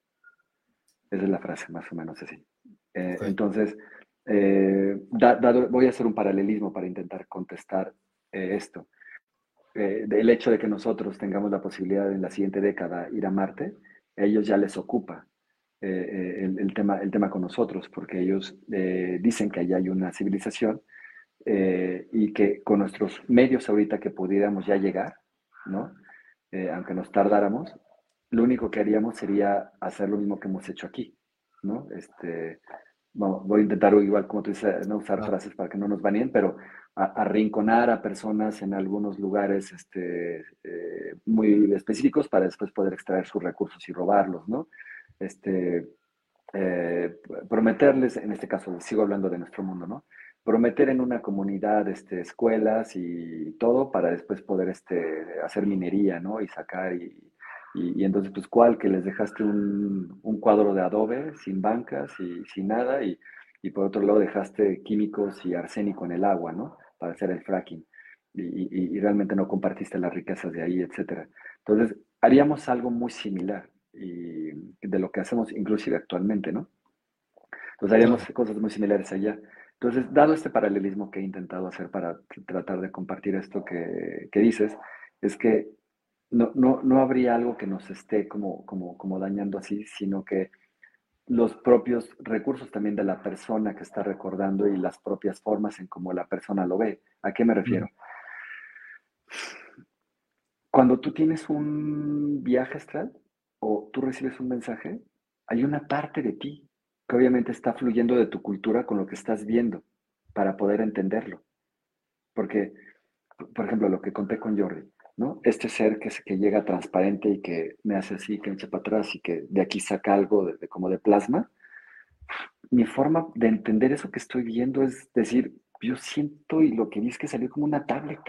Esa es la frase, más o menos así. Eh, Okay. Entonces, eh, da, dado, voy a hacer un paralelismo para intentar contestar eh, esto. Eh, el hecho de que nosotros tengamos la posibilidad en la siguiente década ir a Marte, a ellos ya les ocupa eh, el, el, tema, el tema con nosotros, porque ellos eh, dicen que allá hay una civilización eh, y que con nuestros medios ahorita que pudiéramos ya llegar, ¿no? Eh, aunque nos tardáramos, lo único que haríamos sería hacer lo mismo que hemos hecho aquí, ¿no? Este, bueno, voy a intentar igual, como tú dices, no usar Ah, frases para que no nos baneen, pero a, arrinconar a personas en algunos lugares este, eh, muy específicos para después poder extraer sus recursos y robarlos, ¿no? Este, eh, prometerles, en este caso, sigo hablando de nuestro mundo, ¿no? Prometer en una comunidad este, escuelas y todo para después poder este, hacer minería, ¿no? Y sacar y, y, y entonces, pues, ¿cuál? Que les dejaste un, un cuadro de adobe sin bancas y sin nada y, y por otro lado dejaste químicos y arsénico en el agua, ¿no? Para hacer el fracking y, y, y realmente no compartiste las riquezas de ahí, etcétera. Entonces, haríamos algo muy similar y de lo que hacemos inclusive actualmente, ¿no? Entonces haríamos claro. cosas muy similares allá. Entonces, dado este paralelismo que he intentado hacer para tratar de compartir esto que, que dices, es que no, no, no habría algo que nos esté como, como, como dañando así, sino que los propios recursos también de la persona que está recordando y las propias formas en cómo la persona lo ve. ¿A qué me Mm, refiero? Cuando tú tienes un viaje astral o tú recibes un mensaje, hay una parte de ti que obviamente está fluyendo de tu cultura con lo que estás viendo para poder entenderlo. Porque, por ejemplo, lo que conté con Jordi, ¿no? Este ser que, que llega transparente y que me hace así, que me echa para atrás y que de aquí saca algo de, de, como de plasma, mi forma de entender eso que estoy viendo es decir, yo siento y lo que vi es que salió como una tablet.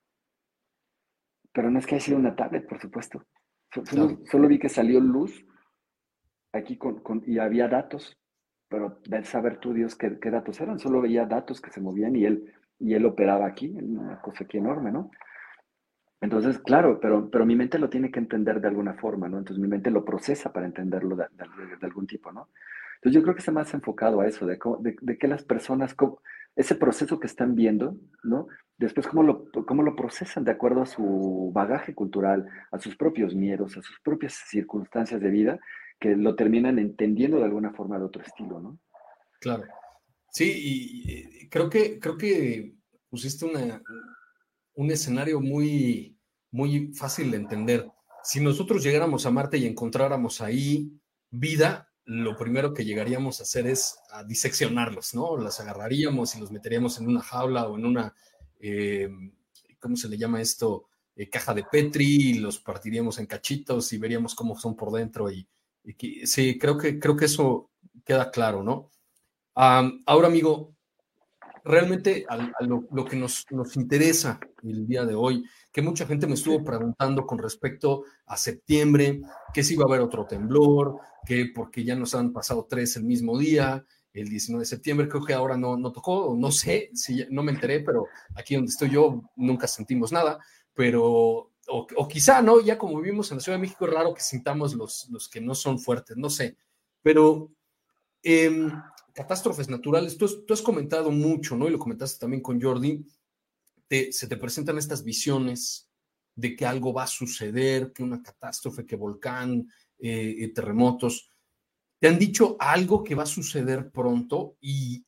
Pero no es que haya sido una tablet, por supuesto. Solo, claro. solo vi que salió luz aquí con, con, y había datos, pero de saber tú, Dios, qué, qué datos eran. Solo veía datos que se movían y él, y él operaba aquí, en una cosa aquí enorme, ¿no? Entonces, claro, pero, pero mi mente lo tiene que entender de alguna forma, ¿no? Entonces mi mente lo procesa para entenderlo de, de, de algún tipo, ¿no? Entonces yo creo que está más enfocado a eso, de, de, de que las personas, cómo, ese proceso que están viendo, ¿no? Después cómo lo, cómo lo procesan de acuerdo a su bagaje cultural, a sus propios miedos, a sus propias circunstancias de vida, que lo terminan entendiendo de alguna forma de otro estilo, ¿no? Claro. Sí, y, y creo que, creo que pusiste una, un escenario muy, muy fácil de entender. Si nosotros llegáramos a Marte y encontráramos ahí vida, lo primero que llegaríamos a hacer es a diseccionarlos, ¿no? Las agarraríamos y los meteríamos en una jaula o en una, eh, ¿cómo se le llama esto? Eh, caja de Petri, y los partiríamos en cachitos y veríamos cómo son por dentro. Y, y sí, creo que, creo que eso queda claro, ¿no? Um, ahora, amigo, realmente a, a lo, lo, que nos, nos interesa el día de hoy, que mucha gente me Sí. estuvo preguntando con respecto a septiembre, que si iba a haber otro temblor, que porque ya nos han pasado tres el mismo día, el diecinueve de septiembre, creo que ahora no, no tocó, no sé, si no me enteré, pero aquí donde estoy yo nunca sentimos nada, pero, o, o quizá, ¿no? Ya como vivimos en la Ciudad de México, es raro que sintamos los, los que no son fuertes, no sé, pero... Eh, catástrofes naturales, tú has, tú has comentado mucho, ¿no? Y lo comentaste también con Jordi, te, se te presentan estas visiones de que algo va a suceder, que una catástrofe, que volcán, eh, terremotos. ¿Te han dicho algo que va a suceder pronto? Y,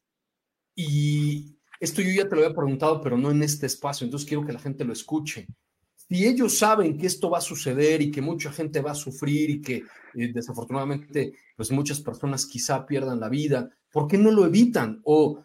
y esto yo ya te lo había preguntado, pero no en este espacio, entonces quiero que la gente lo escuche. Si ellos saben que esto va a suceder y que mucha gente va a sufrir y que eh, desafortunadamente pues muchas personas quizá pierdan la vida, ¿por qué no lo evitan? O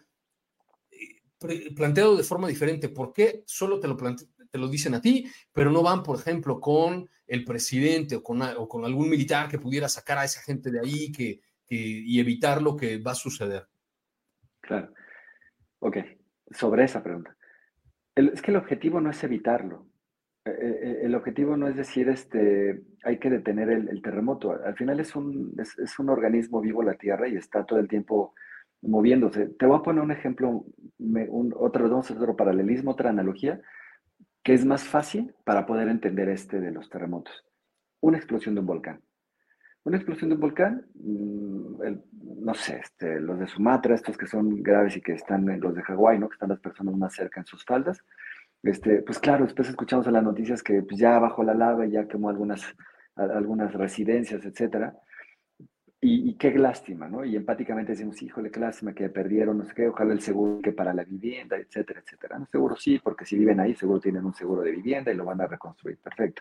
eh, planteado de forma diferente, ¿por qué solo te lo, plante te lo dicen a ti, pero no van, por ejemplo, con el presidente o con, o con algún militar que pudiera sacar a esa gente de ahí que, que, y evitar lo que va a suceder? Claro. Ok, sobre esa pregunta. El, es que el objetivo no es evitarlo. Eh, el objetivo no es decir, este, hay que detener el, el terremoto. Al final es un, es, es un organismo vivo la Tierra y está todo el tiempo moviéndose. Te voy a poner un ejemplo, me, un, otra vez vamos a hacer otro paralelismo, otra analogía, que es más fácil para poder entender este de los terremotos. Una explosión de un volcán. Una explosión de un volcán, mmm, el, no sé, este, los de Sumatra, estos que son graves y que están en los de Hawái, ¿no? Que están las personas más cerca en sus faldas. Este, pues claro, después escuchamos en las noticias que pues, ya bajó la lava y ya quemó algunas, a, algunas residencias, etcétera. Y, y, qué lástima, ¿no? Y empáticamente decimos, híjole, qué lástima que perdieron, no sé qué, ojalá el seguro que para la vivienda, etcétera, etcétera. No, seguro sí, porque si viven ahí, seguro tienen un seguro de vivienda y lo van a reconstruir. Perfecto.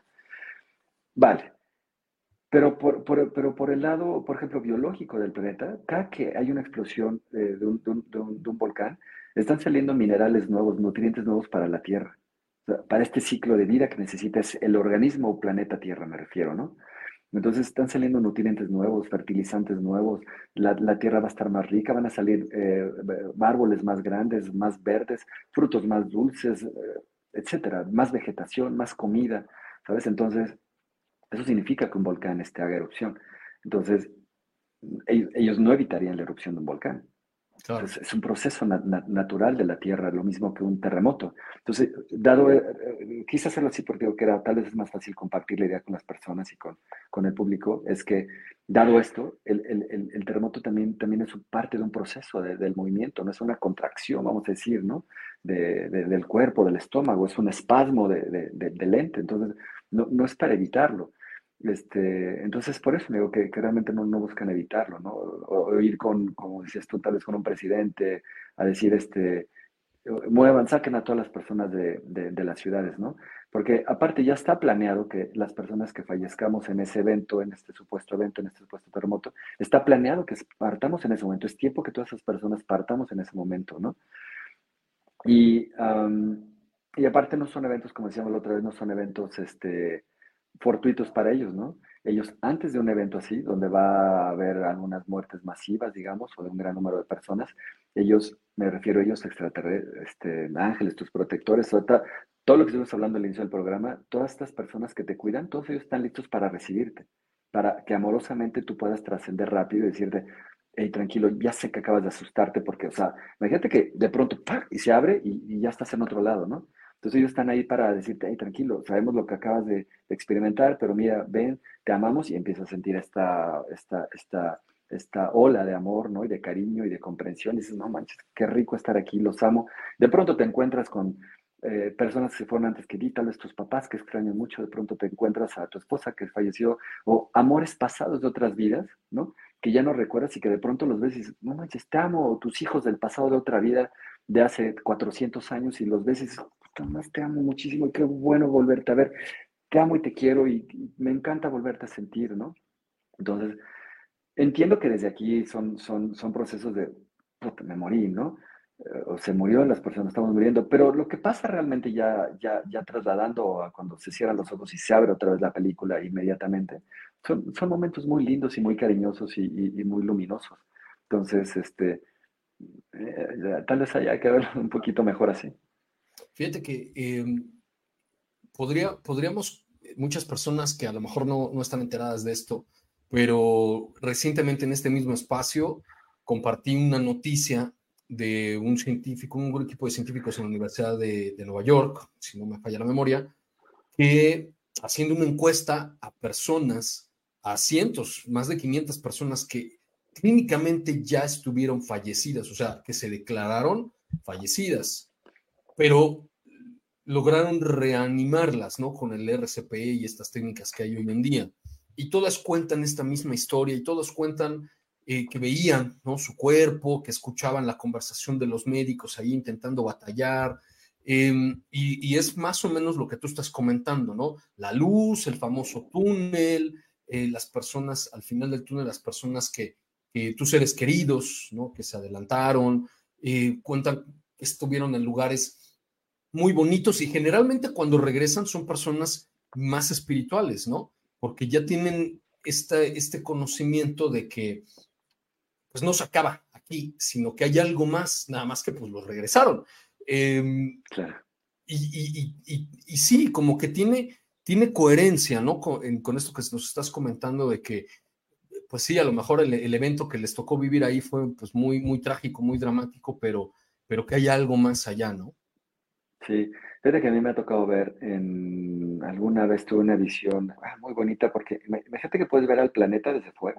Vale. Pero por, por, pero por el lado, por ejemplo, biológico del planeta, cada que hay una explosión eh, de, un, de, un, de, un, de un volcán, están saliendo minerales nuevos, nutrientes nuevos para la Tierra. O sea, para este ciclo de vida que necesita el organismo o planeta Tierra, me refiero, ¿no? Entonces están saliendo nutrientes nuevos, fertilizantes nuevos, la, la tierra va a estar más rica, van a salir eh, árboles más grandes, más verdes, frutos más dulces, eh, etcétera, más vegetación, más comida, ¿sabes? Entonces, eso significa que un volcán esté haga erupción. Entonces, ellos, ellos no evitarían la erupción de un volcán. Claro. Entonces, es un proceso na na natural de la Tierra, lo mismo que un terremoto. Entonces, dado, eh, quise hacerlo así porque digo que era, tal vez es más fácil compartir la idea con las personas y con, con el público, es que, dado esto, el, el, el, el terremoto también, también es parte de un proceso de, del movimiento, no es una contracción, vamos a decir, ¿no? De, de, del cuerpo, del estómago, es un espasmo de, de, de, del ente, entonces no, no es para evitarlo. Este, entonces, por eso me digo que, que realmente no, no buscan evitarlo, ¿no? O, o ir con, como decías tú, tal vez con un presidente a decir, este, muevan, saquen a todas las personas de, de, de las ciudades, ¿no? Porque aparte ya está planeado que las personas que fallezcamos en ese evento, en este supuesto evento, en este supuesto terremoto, está planeado que partamos en ese momento. Es tiempo que todas esas personas partamos en ese momento, ¿no? Y, um, y aparte no son eventos, como decíamos la otra vez, no son eventos, este, fortuitos para ellos, ¿no? Ellos antes de un evento así, donde va a haber algunas muertes masivas, digamos, o de un gran número de personas, ellos, me refiero a ellos, extraterrestres, este, ángeles, tus protectores, todo, todo lo que estuvimos hablando al inicio del programa, todas estas personas que te cuidan, todos ellos están listos para recibirte, para que amorosamente tú puedas trascender rápido y decirte, hey, tranquilo, ya sé que acabas de asustarte porque, o sea, imagínate que de pronto, ¡pac!, y se abre y, y ya estás en otro lado, ¿no? Entonces ellos están ahí para decirte, hey, tranquilo, sabemos lo que acabas de, de experimentar, pero mira, ven, te amamos y empiezas a sentir esta, esta, esta, esta ola de amor, ¿no? Y de cariño y de comprensión. Y dices, no manches, qué rico estar aquí, los amo. De pronto te encuentras con eh, personas que se fueron antes que ti, tal vez tus papás que extrañan mucho, de pronto te encuentras a tu esposa que falleció, o amores pasados de otras vidas, ¿no? Que ya no recuerdas y que de pronto los ves y dices, no manches, te amo, o tus hijos del pasado de otra vida, de hace cuatrocientos años, y los ves y dices, más te amo muchísimo y qué bueno volverte a ver, te amo y te quiero y, y me encanta volverte a sentir, ¿no? Entonces, entiendo que desde aquí son, son, son procesos de, puta, me morí, ¿no? Eh, o se murió, las personas estamos muriendo, pero lo que pasa realmente ya, ya, ya trasladando a cuando se cierran los ojos y se abre otra vez la película inmediatamente, son, son momentos muy lindos y muy cariñosos y, y, y muy luminosos. Entonces, este, eh, tal vez haya que verlo un poquito mejor así. Fíjate que eh, podría, podríamos, muchas personas que a lo mejor no, no están enteradas de esto, pero recientemente en este mismo espacio compartí una noticia de un científico, un equipo de científicos en la Universidad de, de Nueva York, si no me falla la memoria, que haciendo una encuesta a personas, a cientos, más de quinientas personas que clínicamente ya estuvieron fallecidas, o sea, que se declararon fallecidas, pero lograron reanimarlas, ¿no? Con el R C P y estas técnicas que hay hoy en día. Y todas cuentan esta misma historia y todas cuentan eh, que veían, ¿no? Su cuerpo, que escuchaban la conversación de los médicos ahí intentando batallar. Eh, y, y es más o menos lo que tú estás comentando, ¿no? La luz, el famoso túnel, eh, las personas, al final del túnel, las personas que, que tus seres queridos, ¿no? Que se adelantaron, eh, cuentan que estuvieron en lugares muy bonitos y generalmente cuando regresan son personas más espirituales, ¿no? Porque ya tienen esta, este conocimiento de que pues no se acaba aquí, sino que hay algo más, nada más que pues los regresaron. Eh, Claro. y, y, y, y, y sí, como que tiene, tiene coherencia, ¿no? Con, en, con esto que nos estás comentando de que, pues sí, a lo mejor el, el evento que les tocó vivir ahí fue pues muy, muy trágico, muy dramático, pero, pero que hay algo más allá, ¿no? Sí, fíjate que a mí me ha tocado ver en alguna vez tuve una visión ah, muy bonita porque me- imagínate que puedes ver al planeta desde fuera,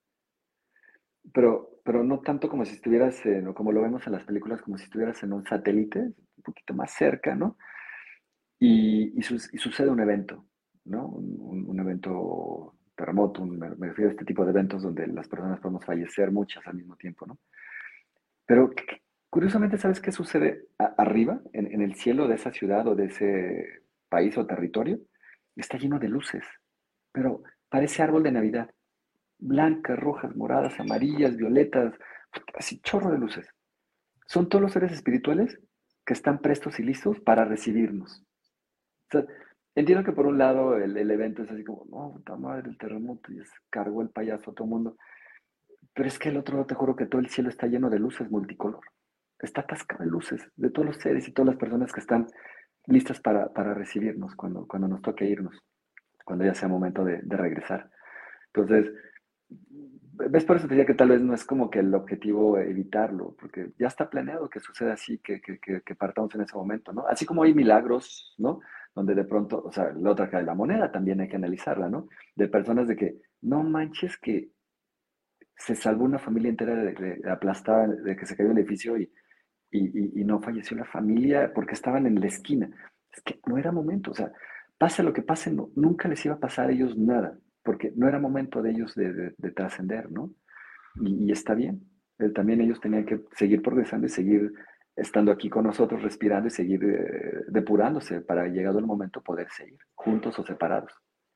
pero, pero no tanto como si estuvieras en, o como lo vemos en las películas, como si estuvieras en un satélite, un poquito más cerca, ¿no? Y, y, sus- y sucede un evento, ¿no? Un, un- un evento terremoto, un- me, me refiero a este tipo de eventos donde las personas podemos fallecer muchas al mismo tiempo, ¿no? Pero c- curiosamente, ¿sabes qué sucede a- arriba, en, en el cielo de esa ciudad o de ese país o territorio? Está lleno de luces, pero parece árbol de Navidad. Blancas, rojas, moradas, amarillas, violetas, así chorro de luces. Son todos los seres espirituales que están prestos y listos para recibirnos. O sea, entiendo que por un lado el, el evento es así como, no, puta madre, el terremoto, y se cargó el payaso a todo el mundo. Pero es que el otro lado te juro que todo el cielo está lleno de luces multicolor. Está atascado de luces de todos los seres y todas las personas que están listas para, para recibirnos cuando, cuando nos toque irnos, cuando ya sea momento de, de regresar. Entonces, ves, por eso te decía que tal vez no es como que el objetivo evitarlo, porque ya está planeado que suceda así, que, que, que, que partamos en ese momento, ¿no? Así como hay milagros, ¿no? Donde de pronto, o sea, la otra cara de la moneda también hay que analizarla, ¿no? De personas de que, no manches que se salvó una familia entera de, de aplastada, de que se cayó el edificio y, y, y, y no falleció la familia porque estaban en la esquina. Es que no era momento, o sea, pase lo que pase, no, nunca les iba a pasar a ellos nada, porque no era momento de ellos de, de, de trascender, ¿no? Y, y está bien. Eh, También ellos tenían que seguir progresando y seguir estando aquí con nosotros, respirando y seguir eh, depurándose para llegado el momento poder seguir, juntos o separados.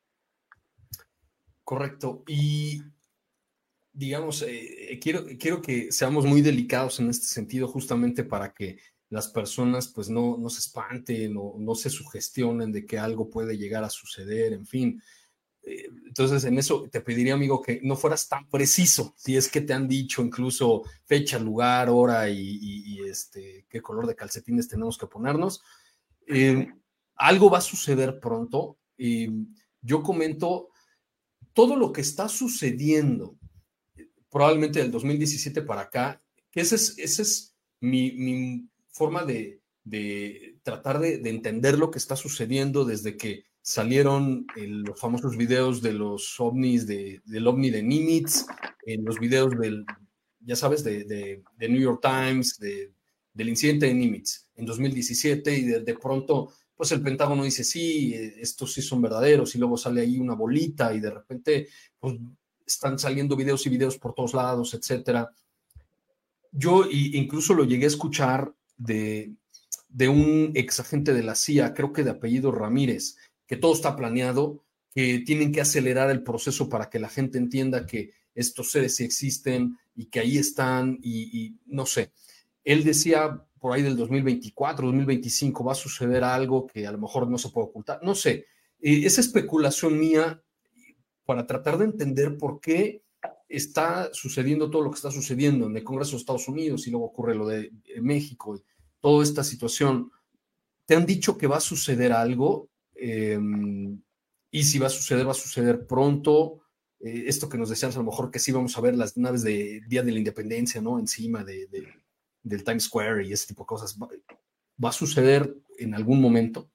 Correcto. Y digamos, eh, quiero, quiero que seamos muy delicados en este sentido, justamente para que las personas pues no, no se espanten o no se sugestionen de que algo puede llegar a suceder, en fin. Eh, entonces, en eso te pediría, amigo, que no fueras tan preciso, si es que te han dicho incluso fecha, lugar, hora y, y, y este, qué color de calcetines tenemos que ponernos. Sí, Eh, algo va a suceder pronto. Eh, yo comento todo lo que está sucediendo probablemente del dos mil diecisiete para acá, que esa es, ese es mi, mi forma de, de tratar de, de, entender lo que está sucediendo desde que salieron el, los famosos videos de los ovnis, de, del ovni de Nimitz, en los videos del, ya sabes, de, de, de New York Times, de, del incidente de Nimitz en dos mil diecisiete y de, de pronto pues el Pentágono dice, sí, estos sí son verdaderos, y luego sale ahí una bolita y de repente pues están saliendo videos y videos por todos lados, etcétera. Yo incluso lo llegué a escuchar de, de un ex agente de la C I A, creo que de apellido Ramírez, que todo está planeado, que tienen que acelerar el proceso para que la gente entienda que estos seres sí existen y que ahí están y, y no sé. Él decía por ahí del dos mil veinticuatro, dos mil veinticinco va a suceder algo que a lo mejor no se puede ocultar, no sé. Eh, esa especulación mía para tratar de entender por qué está sucediendo todo lo que está sucediendo en el Congreso de Estados Unidos y luego ocurre lo de México, toda esta situación. ¿Te han dicho que va a suceder algo? Eh, y si va a suceder, va a suceder pronto. Eh, esto que nos decían, a lo mejor que sí vamos a ver las naves de Día de la Independencia, ¿no? Encima de, de, del Times Square y ese tipo de cosas. ¿Va, va a suceder en algún momento?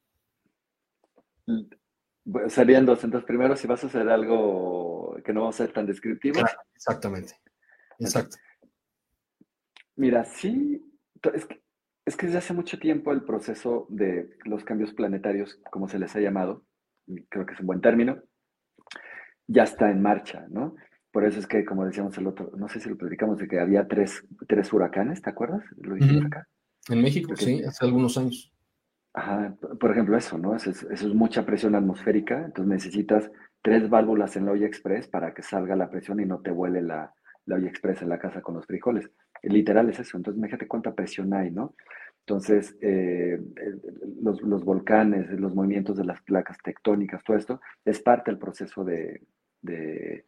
serían dos. Entonces, primero, si va a suceder algo que no va a ser tan descriptivo. Claro, exactamente. exacto. Mira, sí, es que, es que desde hace mucho tiempo el proceso de los cambios planetarios, como se les ha llamado, y creo que es un buen término, ya está en marcha, ¿no? Por eso es que, como decíamos el otro, no sé si lo platicamos, de que había tres, tres huracanes, ¿te acuerdas? Lo dijimos Ujú. acá. En México, Porque, sí, hace algunos años. ajá, por ejemplo, eso, ¿no? Eso es, eso es mucha presión atmosférica, entonces necesitas tres válvulas en la olla express para que salga la presión y no te vuele la, la olla express en la casa con los frijoles. Literal es eso, entonces imagínate cuánta presión hay, ¿no? Entonces, eh, los, los, volcanes, los movimientos de las placas tectónicas, todo esto es parte del proceso de, de,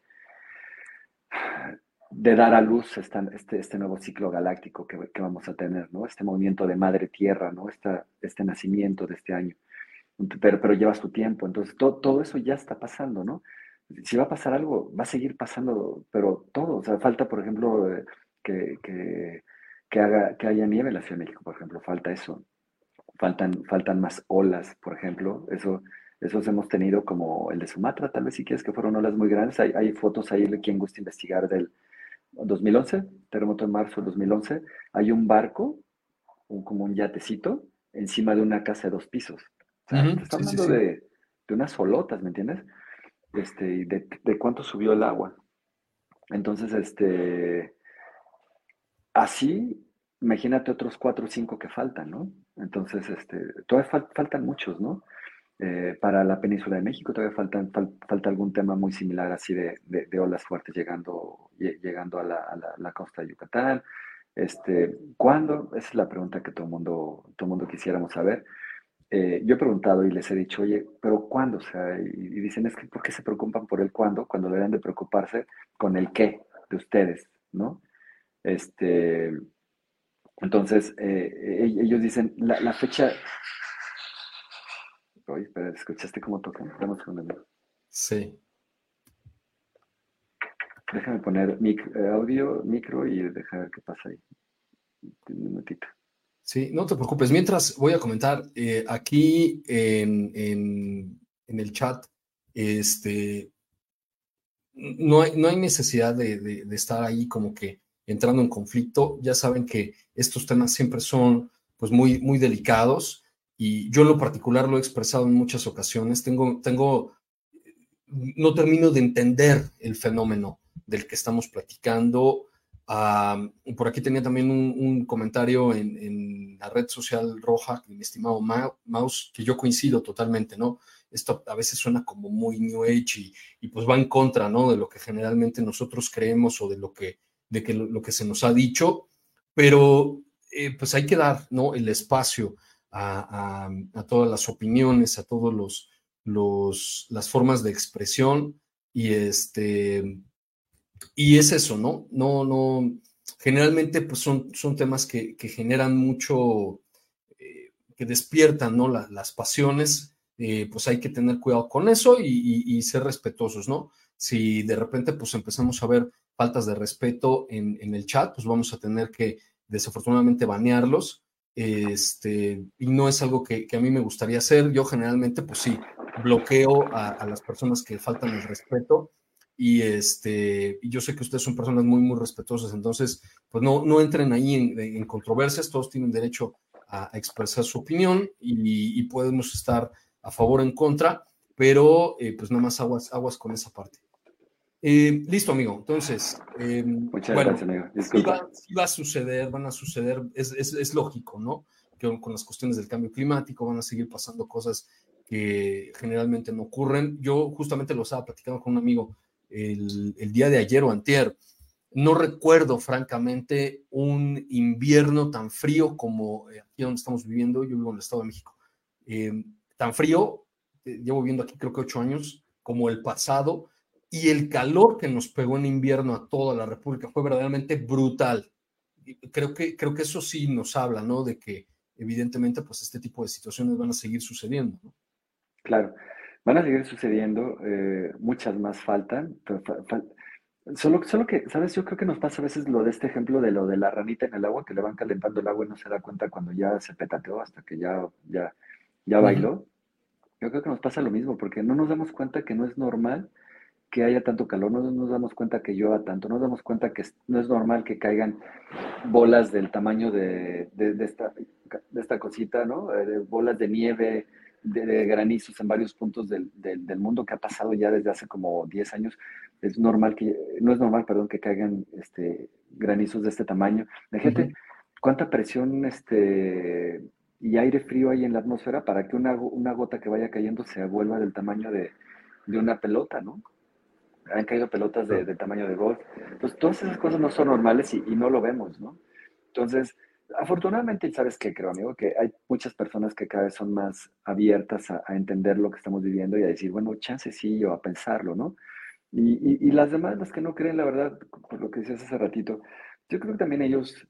de dar a luz esta, este, este nuevo ciclo galáctico que, que, vamos a tener, ¿no? Este movimiento de madre tierra, ¿no? Esta, este nacimiento de este año. Pero, pero lleva su tiempo, entonces to, todo eso ya está pasando, ¿no? Si va a pasar algo, va a seguir pasando, pero todo, o sea, falta, por ejemplo, eh, que, que, que, haga, que haya nieve en la Ciudad de México, por ejemplo, falta eso. Faltan, faltan más olas, por ejemplo. Eso, esos hemos tenido como el de Sumatra, tal vez si quieres que fueron olas muy grandes. Hay, hay fotos ahí, quien gusta investigar del dos mil once, terremoto en marzo del dos mil once. Hay un barco, un, como un yatecito, encima de una casa de dos pisos. O sea, te Ujú, está sí, sí, hablando sí. de, de unas solotas, ¿me entiendes? Este, y de, de cuánto subió el agua. Entonces, este, así, imagínate otros cuatro o cinco que faltan, ¿no? Entonces, este, todavía fal- faltan muchos, ¿no? Eh, para la península de México todavía faltan, fal- falta algún tema muy similar así de, de- de olas fuertes llegando, lle- llegando a la, a la- la costa de Yucatán. Este, ¿cuándo? Esa es la pregunta que todo mundo, todo mundo quisiéramos saber. Eh, yo he preguntado y les he dicho, oye, ¿pero cuándo? O sea, y, y dicen, es que ¿por qué se preocupan por el cuándo cuando deberían de preocuparse con el qué de ustedes, ¿no? Este, entonces, eh, e- ellos dicen, la, la fecha... Oye, espera, ¿escuchaste cómo tocan? Dame un segundo. Sí. Déjame poner mic- eh, audio, micro y dejar ver qué pasa ahí. Un minutito. Sí, no te preocupes. Mientras voy a comentar eh, aquí en, en, en el chat, este, no hay, no hay necesidad de, de, de estar ahí como que entrando en conflicto. Ya saben que estos temas siempre son pues muy, muy delicados y yo en lo particular lo he expresado en muchas ocasiones. Tengo, tengo, no termino de entender el fenómeno del que estamos platicando. Uh, por aquí tenía también un, un comentario en, en, la red social roja, mi estimado Mouse, que yo coincido totalmente, ¿no? Esto a veces suena como muy New Age y, y pues va en contra, ¿no? De lo que generalmente nosotros creemos o de lo que, de que lo, lo que se nos ha dicho, pero eh, pues hay que dar, ¿no? El espacio a, a, a todas las opiniones, a todos los, los, las formas de expresión y este, y es eso, ¿no? No, no, generalmente pues son, son temas que, que generan mucho, eh, que despiertan, ¿no? La, las pasiones, eh, pues hay que tener cuidado con eso y, y, y, ser respetuosos, ¿no? Si de repente pues empezamos a ver faltas de respeto en, en el chat, pues vamos a tener que desafortunadamente banearlos, este, y no es algo que, que a mí me gustaría hacer. Yo generalmente pues sí, bloqueo a, a las personas que faltan el respeto y este, y yo sé que ustedes son personas muy, muy respetuosas, entonces, pues no, no entren ahí en, en controversias, todos tienen derecho a, a expresar su opinión y, y, podemos estar a favor o en contra, pero eh, pues nada más aguas, aguas con esa parte. Eh, listo, amigo. Entonces, eh, Muchas bueno, gracias, amigo. sí Disculpa. va, sí va a suceder, van a suceder, es, es, es lógico, ¿no? Que con las cuestiones del cambio climático van a seguir pasando cosas que generalmente no ocurren. Yo justamente lo estaba platicando con un amigo el, el día de ayer o antier. No recuerdo, francamente, un invierno tan frío como aquí donde estamos viviendo. Yo vivo en el Estado de México. Eh, tan frío, eh, llevo viviendo aquí creo que ocho años, como el pasado, y el calor que nos pegó en invierno a toda la República fue verdaderamente brutal. Creo que, creo que eso sí nos habla, ¿no? De que evidentemente pues este tipo de situaciones van a seguir sucediendo, ¿no? Claro, van a seguir sucediendo, eh, muchas más faltan. Pero fa- fa- solo, solo que, ¿sabes? Yo creo que nos pasa a veces lo de este ejemplo de lo de la ranita en el agua, que le van calentando el agua y no se da cuenta cuando ya se petateó hasta que ya, ya, ya Uh -huh. bailó. Yo creo que nos pasa lo mismo, porque no nos damos cuenta que no es normal que haya tanto calor, no nos damos cuenta que llueva tanto, no nos damos cuenta que no es normal que caigan bolas del tamaño de, de, de esta, de esta cosita, ¿no? Eh, de bolas de nieve, de, de granizos en varios puntos del, del, del mundo que ha pasado ya desde hace como diez años. Es normal que, no es normal, perdón, que caigan este, granizos de este tamaño. Imagínate Ujú. cuánta presión este, y aire frío hay en la atmósfera para que una, una gota que vaya cayendo se vuelva del tamaño de, de una pelota, ¿no? Han caído pelotas de, Claro. de tamaño de golf. Entonces, todas esas cosas no son normales y, y no lo vemos, ¿no? Entonces, afortunadamente, ¿sabes qué creo, amigo? Que hay muchas personas que cada vez son más abiertas a, a entender lo que estamos viviendo y a decir, bueno, chance sí, o a pensarlo, ¿no? Y, y, y las demás, las que no creen, la verdad, por lo que decías hace ratito, yo creo que también ellos,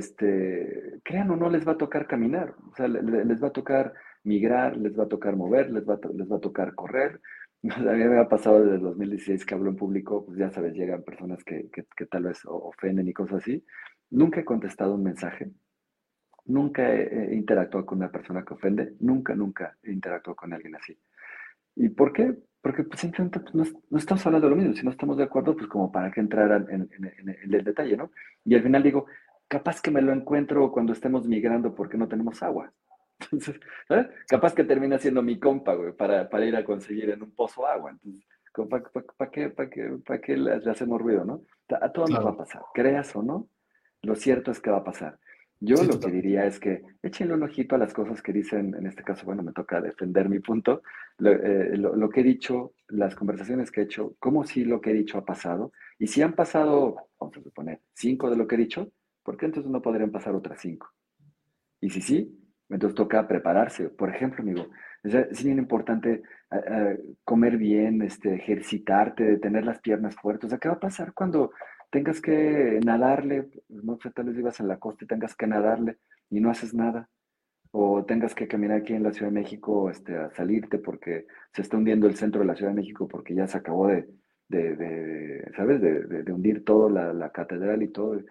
este, crean o no, les va a tocar caminar, o sea, le- le- les va a tocar migrar, les va a tocar mover, les va a, to- les va a tocar correr. O sea, a mí me ha pasado desde el dos mil dieciséis que hablo en público, pues ya sabes, llegan personas que, que, que tal vez o- ofenden y cosas así. Nunca he contestado un mensaje, nunca he, he interactuado con una persona que ofende, nunca, nunca he interactuado con alguien así. ¿Y por qué? Porque pues, simplemente pues, no, no estamos hablando de lo mismo. Si no estamos de acuerdo, pues como para qué entrar en, en- en- en el detalle, ¿no? Y al final digo, capaz que me lo encuentro cuando estemos migrando porque no tenemos agua. Entonces, ¿sabes? Capaz que termina siendo mi compa, güey, para, para ir a conseguir en un pozo agua. Entonces, ¿para qué, para qué, para qué le, le hacemos ruido, no? A todos nos va a Claro. pasar, creas o no, lo cierto es que va a pasar. Yo Sí, lo que totalmente. diría es que échenle un ojito a las cosas que dicen, en este caso, bueno, me toca defender mi punto, lo, eh, lo, lo que he dicho, las conversaciones que he hecho, cómo si lo que he dicho ha pasado, y si han pasado, vamos a suponer, cinco de lo que he dicho, ¿por qué entonces no podrían pasar otras cinco? Y si sí, entonces toca prepararse. Por ejemplo, amigo, es, es bien importante eh, eh, comer bien, este, ejercitarte, tener las piernas fuertes. O sea, ¿qué va a pasar cuando tengas que nadarle? No sé, tal vez vivas en la costa y tengas que nadarle y no haces nada. O tengas que caminar aquí en la Ciudad de México, este, a salirte porque se está hundiendo el centro de la Ciudad de México porque ya se acabó de, de, de, ¿sabes? De, de, de hundir todo, la, la catedral y todo.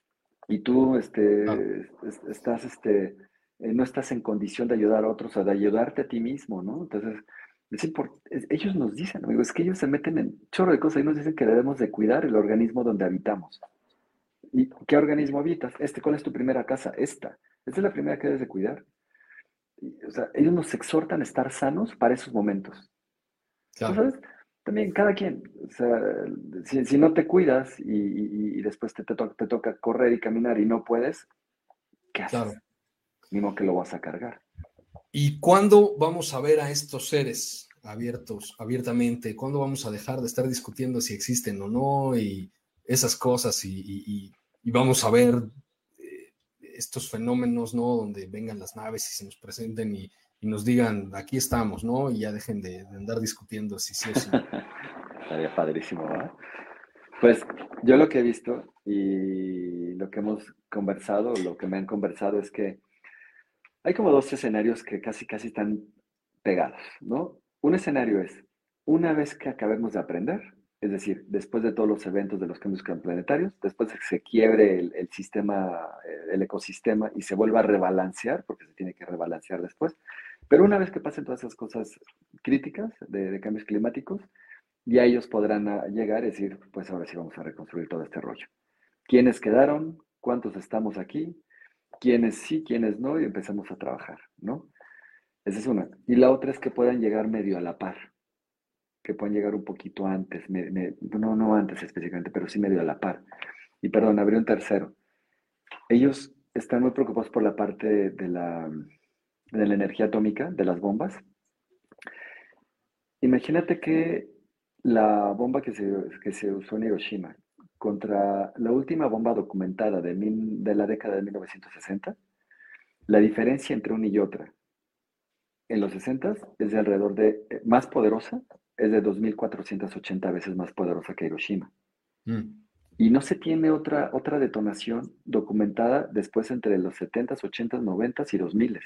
Y tú Claro. este, es- estás, este, eh, no estás en condición de ayudar a otros, o de ayudarte a ti mismo, ¿no? Entonces, es import- es- ellos nos dicen, amigos, es que ellos se meten en chorro de cosas y nos dicen que debemos de cuidar el organismo donde habitamos. ¿Y qué organismo habitas? Este, ¿cuál es tu primera casa? Esta. Esta es la primera que debes de cuidar. Y, o sea, ellos nos exhortan a estar sanos para esos momentos. Tú Claro. sabes, también cada quien, o sea, si, si no te cuidas y, y- y después te, te to- te toca correr y caminar y no puedes, ¿qué haces? Claro. Ni modo que lo vas a cargar. ¿Y cuándo vamos a ver a estos seres abiertos, abiertamente? ¿Cuándo vamos a dejar de estar discutiendo si existen o no y esas cosas y, y- y- y vamos a ver eh, estos fenómenos, ¿no? Donde vengan las naves y se nos presenten y, y nos digan, aquí estamos, ¿no? Y ya dejen de, de andar discutiendo si sí o sí. Estaría padrísimo, ¿verdad? Pues yo lo que he visto y lo que hemos conversado, lo que me han conversado es que hay como dos escenarios que casi, casi están pegados, ¿no? Un escenario es, una vez que acabemos de aprender, es decir, después de todos los eventos de los cambios planetarios, después de que se quiebre el, el sistema, eh, el ecosistema y se vuelva a rebalancear, porque se tiene que rebalancear después, pero una vez que pasen todas esas cosas críticas de, de cambios climáticos, ya ellos podrán a- llegar y decir, pues ahora sí vamos a reconstruir todo este rollo. ¿Quiénes quedaron? ¿Cuántos estamos aquí? ¿Quiénes sí, quiénes no? Y empezamos a trabajar, ¿no? Esa es una. Y la otra es que puedan llegar medio a la par, que puedan llegar un poquito antes, me- me- no, no antes específicamente, pero sí medio a la par. Y perdón, habría un tercero. Ellos están muy preocupados por la parte de la, de la energía atómica, de las bombas. Imagínate que la bomba que se, que se usó en Hiroshima contra la última bomba documentada de, mil- de la década de mil novecientos sesenta, la diferencia entre una y otra en los sesenta es de alrededor de, eh, más poderosa, es de dos mil cuatrocientas ochenta veces más poderosa que Hiroshima. Mm, Y no se tiene otra, otra detonación documentada después entre los setentas, ochentas, noventas y dos miles.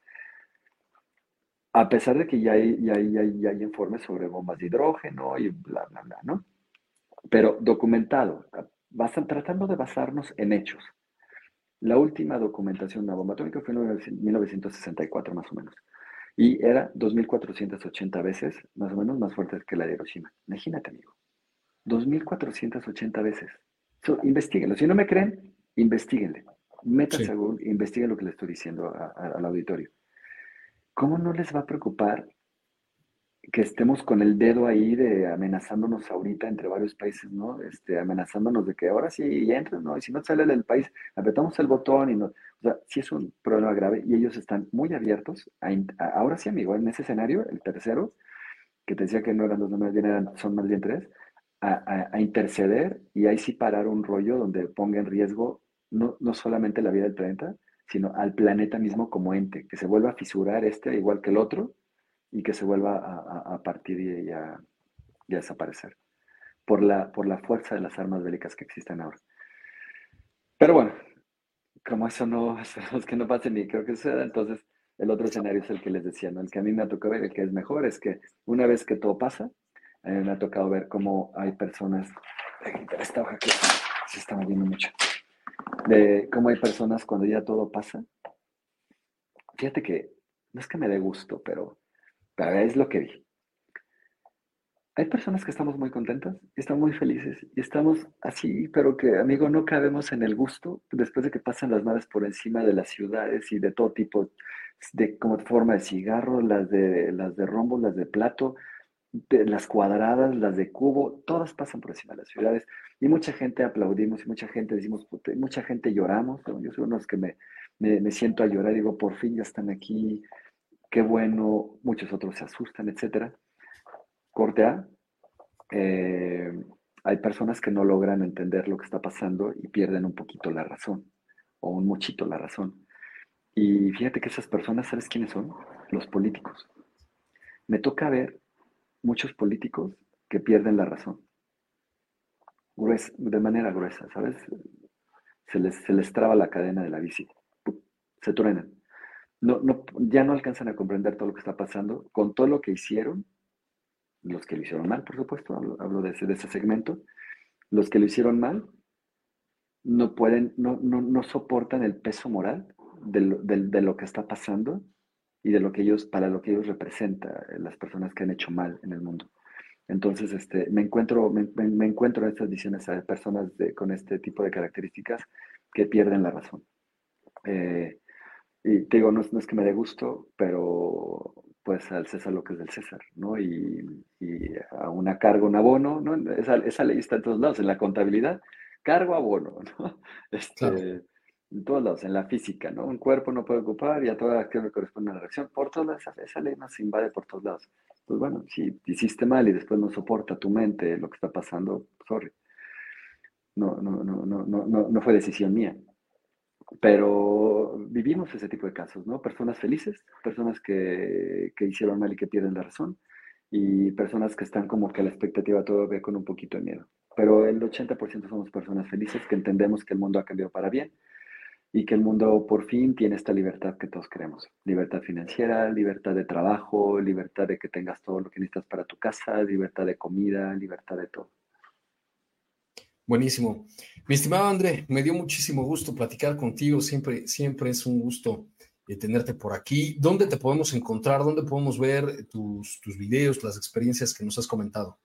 A pesar de que ya hay, ya hay, ya hay, ya hay informes sobre bombas de hidrógeno y bla, bla, bla, ¿no? Pero documentado, basan, tratando de basarnos en hechos. La última documentación de una bomba atómica fue en mil novecientos sesenta y cuatro más o menos. Y era dos mil cuatrocientas ochenta veces, más o menos, más fuerte que la de Hiroshima. Imagínate, amigo. dos mil cuatrocientas ochenta veces. So, investíguenlo. Si no me creen, investíguenle. Métanse Sí. a Google, investiguen lo que le estoy diciendo a, a, al auditorio. ¿Cómo no les va a preocupar que estemos con el dedo ahí de amenazándonos ahorita entre varios países, ¿no? Este, amenazándonos de que ahora sí entran, ¿no? Y si no sale del país, apretamos el botón y no. O sea, sí es un problema grave y ellos están muy abiertos. A, a, ahora sí, amigo, en ese escenario, el tercero, que te decía que no eran dos números, bien eran, son más bien tres, a, a, a interceder y ahí sí parar un rollo donde ponga en riesgo no, no solamente la vida del planeta, sino al planeta mismo como ente, que se vuelva a fisurar este igual que el otro y que se vuelva a, a, a partir y, y, a, y a desaparecer por la, por la fuerza de las armas bélicas que existen ahora. Pero bueno, como eso no, esperamos que no pase ni creo que suceda, entonces el otro escenario es el que les decía, ¿no? El que a mí me ha tocado ver, el que es mejor, es que una vez que todo pasa, a mí me ha tocado ver cómo hay personas, esta hoja que se está moviendo mucho, de cómo hay personas cuando ya todo pasa, fíjate que no es que me dé gusto, pero, pero es lo que vi. Hay personas que estamos muy contentas y estamos muy felices y estamos así, pero que, amigo, no cabemos en el gusto después de que pasan las naves por encima de las ciudades y de todo tipo, de como forma de cigarro, las de, las de rombo, las de plato, de las cuadradas, las de cubo, todas pasan por encima de las ciudades y mucha gente aplaudimos y mucha gente decimos, puta, y mucha gente lloramos, ¿no? Yo soy uno de los que me, me, me siento a llorar y digo, por fin ya están aquí, qué bueno, muchos otros se asustan, etcétera. Corte A, eh, hay personas que no logran entender lo que está pasando y pierden un poquito la razón o un muchito la razón. Y fíjate que esas personas, ¿sabes quiénes son? Los políticos. Me toca ver muchos políticos que pierden la razón, gruesa, de manera gruesa, ¿sabes? Se les, se les traba la cadena de la bici, se truenan. No, no, ya no alcanzan a comprender todo lo que está pasando con todo lo que hicieron, los que lo hicieron mal, por supuesto, hablo, hablo de, ese, de ese segmento, los que lo hicieron mal no pueden, no, no, no soportan el peso moral de lo, de, de lo que está pasando y de lo que ellos, para lo que ellos representan, las personas que han hecho mal en el mundo. Entonces, este, me encuentro, me, me encuentro en estas visiones a personas de, con este tipo de características que pierden la razón. Eh, y te digo, no, no es que me dé gusto, pero pues al César lo que es del César, ¿no? Y, y a una carga, un abono, ¿no? Esa, esa ley está en todos lados, en la contabilidad, cargo, abono, ¿no? Claro. Este, en todos lados, en la física, ¿no? Un cuerpo no puede ocupar y a toda acción le corresponde una reacción. Por todos lados, esa, esa ley nos invade por todos lados. Pues bueno, si hiciste mal y después no soporta tu mente lo que está pasando, sorry. No, no, no, no, no, no, no fue decisión mía. Pero vivimos ese tipo de casos, ¿no? Personas felices, personas que, que hicieron mal y que pierden la razón, y personas que están como que a la expectativa todavía con un poquito de miedo. Pero el ochenta por ciento somos personas felices que entendemos que el mundo ha cambiado para bien y que el mundo por fin tiene esta libertad que todos queremos. Libertad financiera, libertad de trabajo, libertad de que tengas todo lo que necesitas para tu casa, libertad de comida, libertad de todo. Buenísimo. Mi estimado André, me dio muchísimo gusto platicar contigo. Siempre, siempre es un gusto eh, tenerte por aquí. ¿Dónde te podemos encontrar? ¿Dónde podemos ver tus, tus videos, las experiencias que nos has comentado?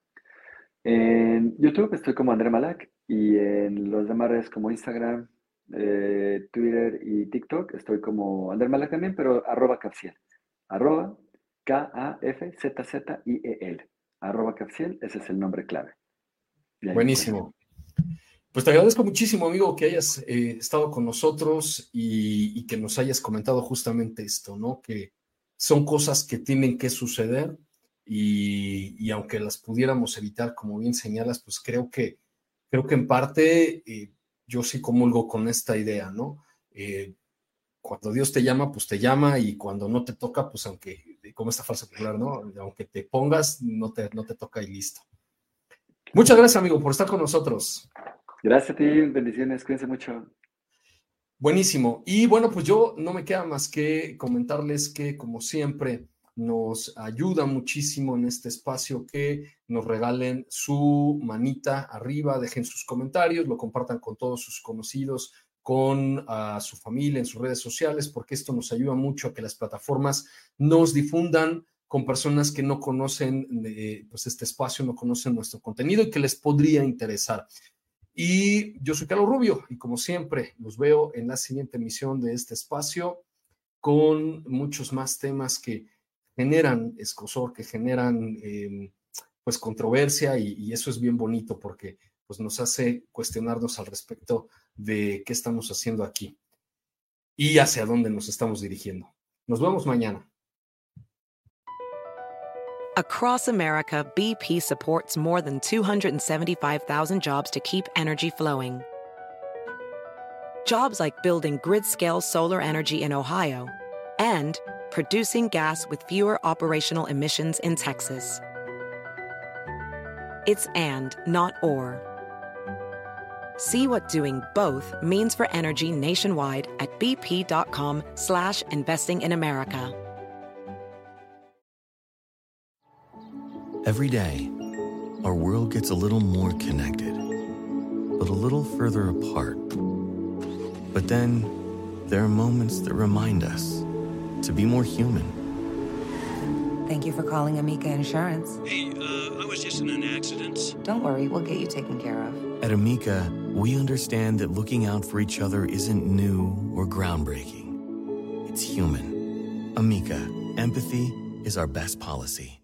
En YouTube estoy como André Malak y en los demás redes como Instagram, eh, Twitter y TikTok estoy como André Malak también, pero arroba Capciel. Arroba K A F Z Z I E L. Arroba Capciel, ese es el nombre clave. Y ahí me encuentro. Buenísimo. Pues te agradezco muchísimo, amigo, que hayas eh, estado con nosotros y, y que nos hayas comentado justamente esto, ¿no? Que son cosas que tienen que suceder y, y aunque las pudiéramos evitar, como bien señalas, pues creo que, creo que en parte eh, yo sí comulgo con esta idea, ¿no? Eh, cuando Dios te llama, pues te llama y cuando no te toca, pues aunque, como esta frase popular, ¿no? Aunque te pongas, no te, no te toca y listo. Muchas gracias, amigo, por estar con nosotros. Gracias a ti, bendiciones, cuídense mucho. Buenísimo. Y bueno, pues yo no me queda más que comentarles que, como siempre, nos ayuda muchísimo en este espacio que nos regalen su manita arriba, dejen sus comentarios, lo compartan con todos sus conocidos, con uh, su familia en sus redes sociales, porque esto nos ayuda mucho a que las plataformas nos difundan con personas que no conocen eh, pues este espacio, no conocen nuestro contenido y que les podría interesar. Y yo soy Carlos Rubio y como siempre los veo en la siguiente emisión de este espacio con muchos más temas que generan escozor, que generan eh, pues controversia y, y eso es bien bonito porque pues nos hace cuestionarnos al respecto de qué estamos haciendo aquí y hacia dónde nos estamos dirigiendo. Nos vemos mañana. Across America, B P supports more than two hundred seventy-five thousand jobs to keep energy flowing. Jobs like building grid-scale solar energy in Ohio and producing gas with fewer operational emissions in Texas. It's and, not or. See what doing both means for energy nationwide at bp.com slash investing in America. Every day, our world gets a little more connected, but a little further apart. But then, there are moments that remind us to be more human. Thank you for calling Amica Insurance. Hey, uh, I was just in an accident. Don't worry, we'll get you taken care of. At Amica, we understand that looking out for each other isn't new or groundbreaking. It's human. Amica, empathy is our best policy.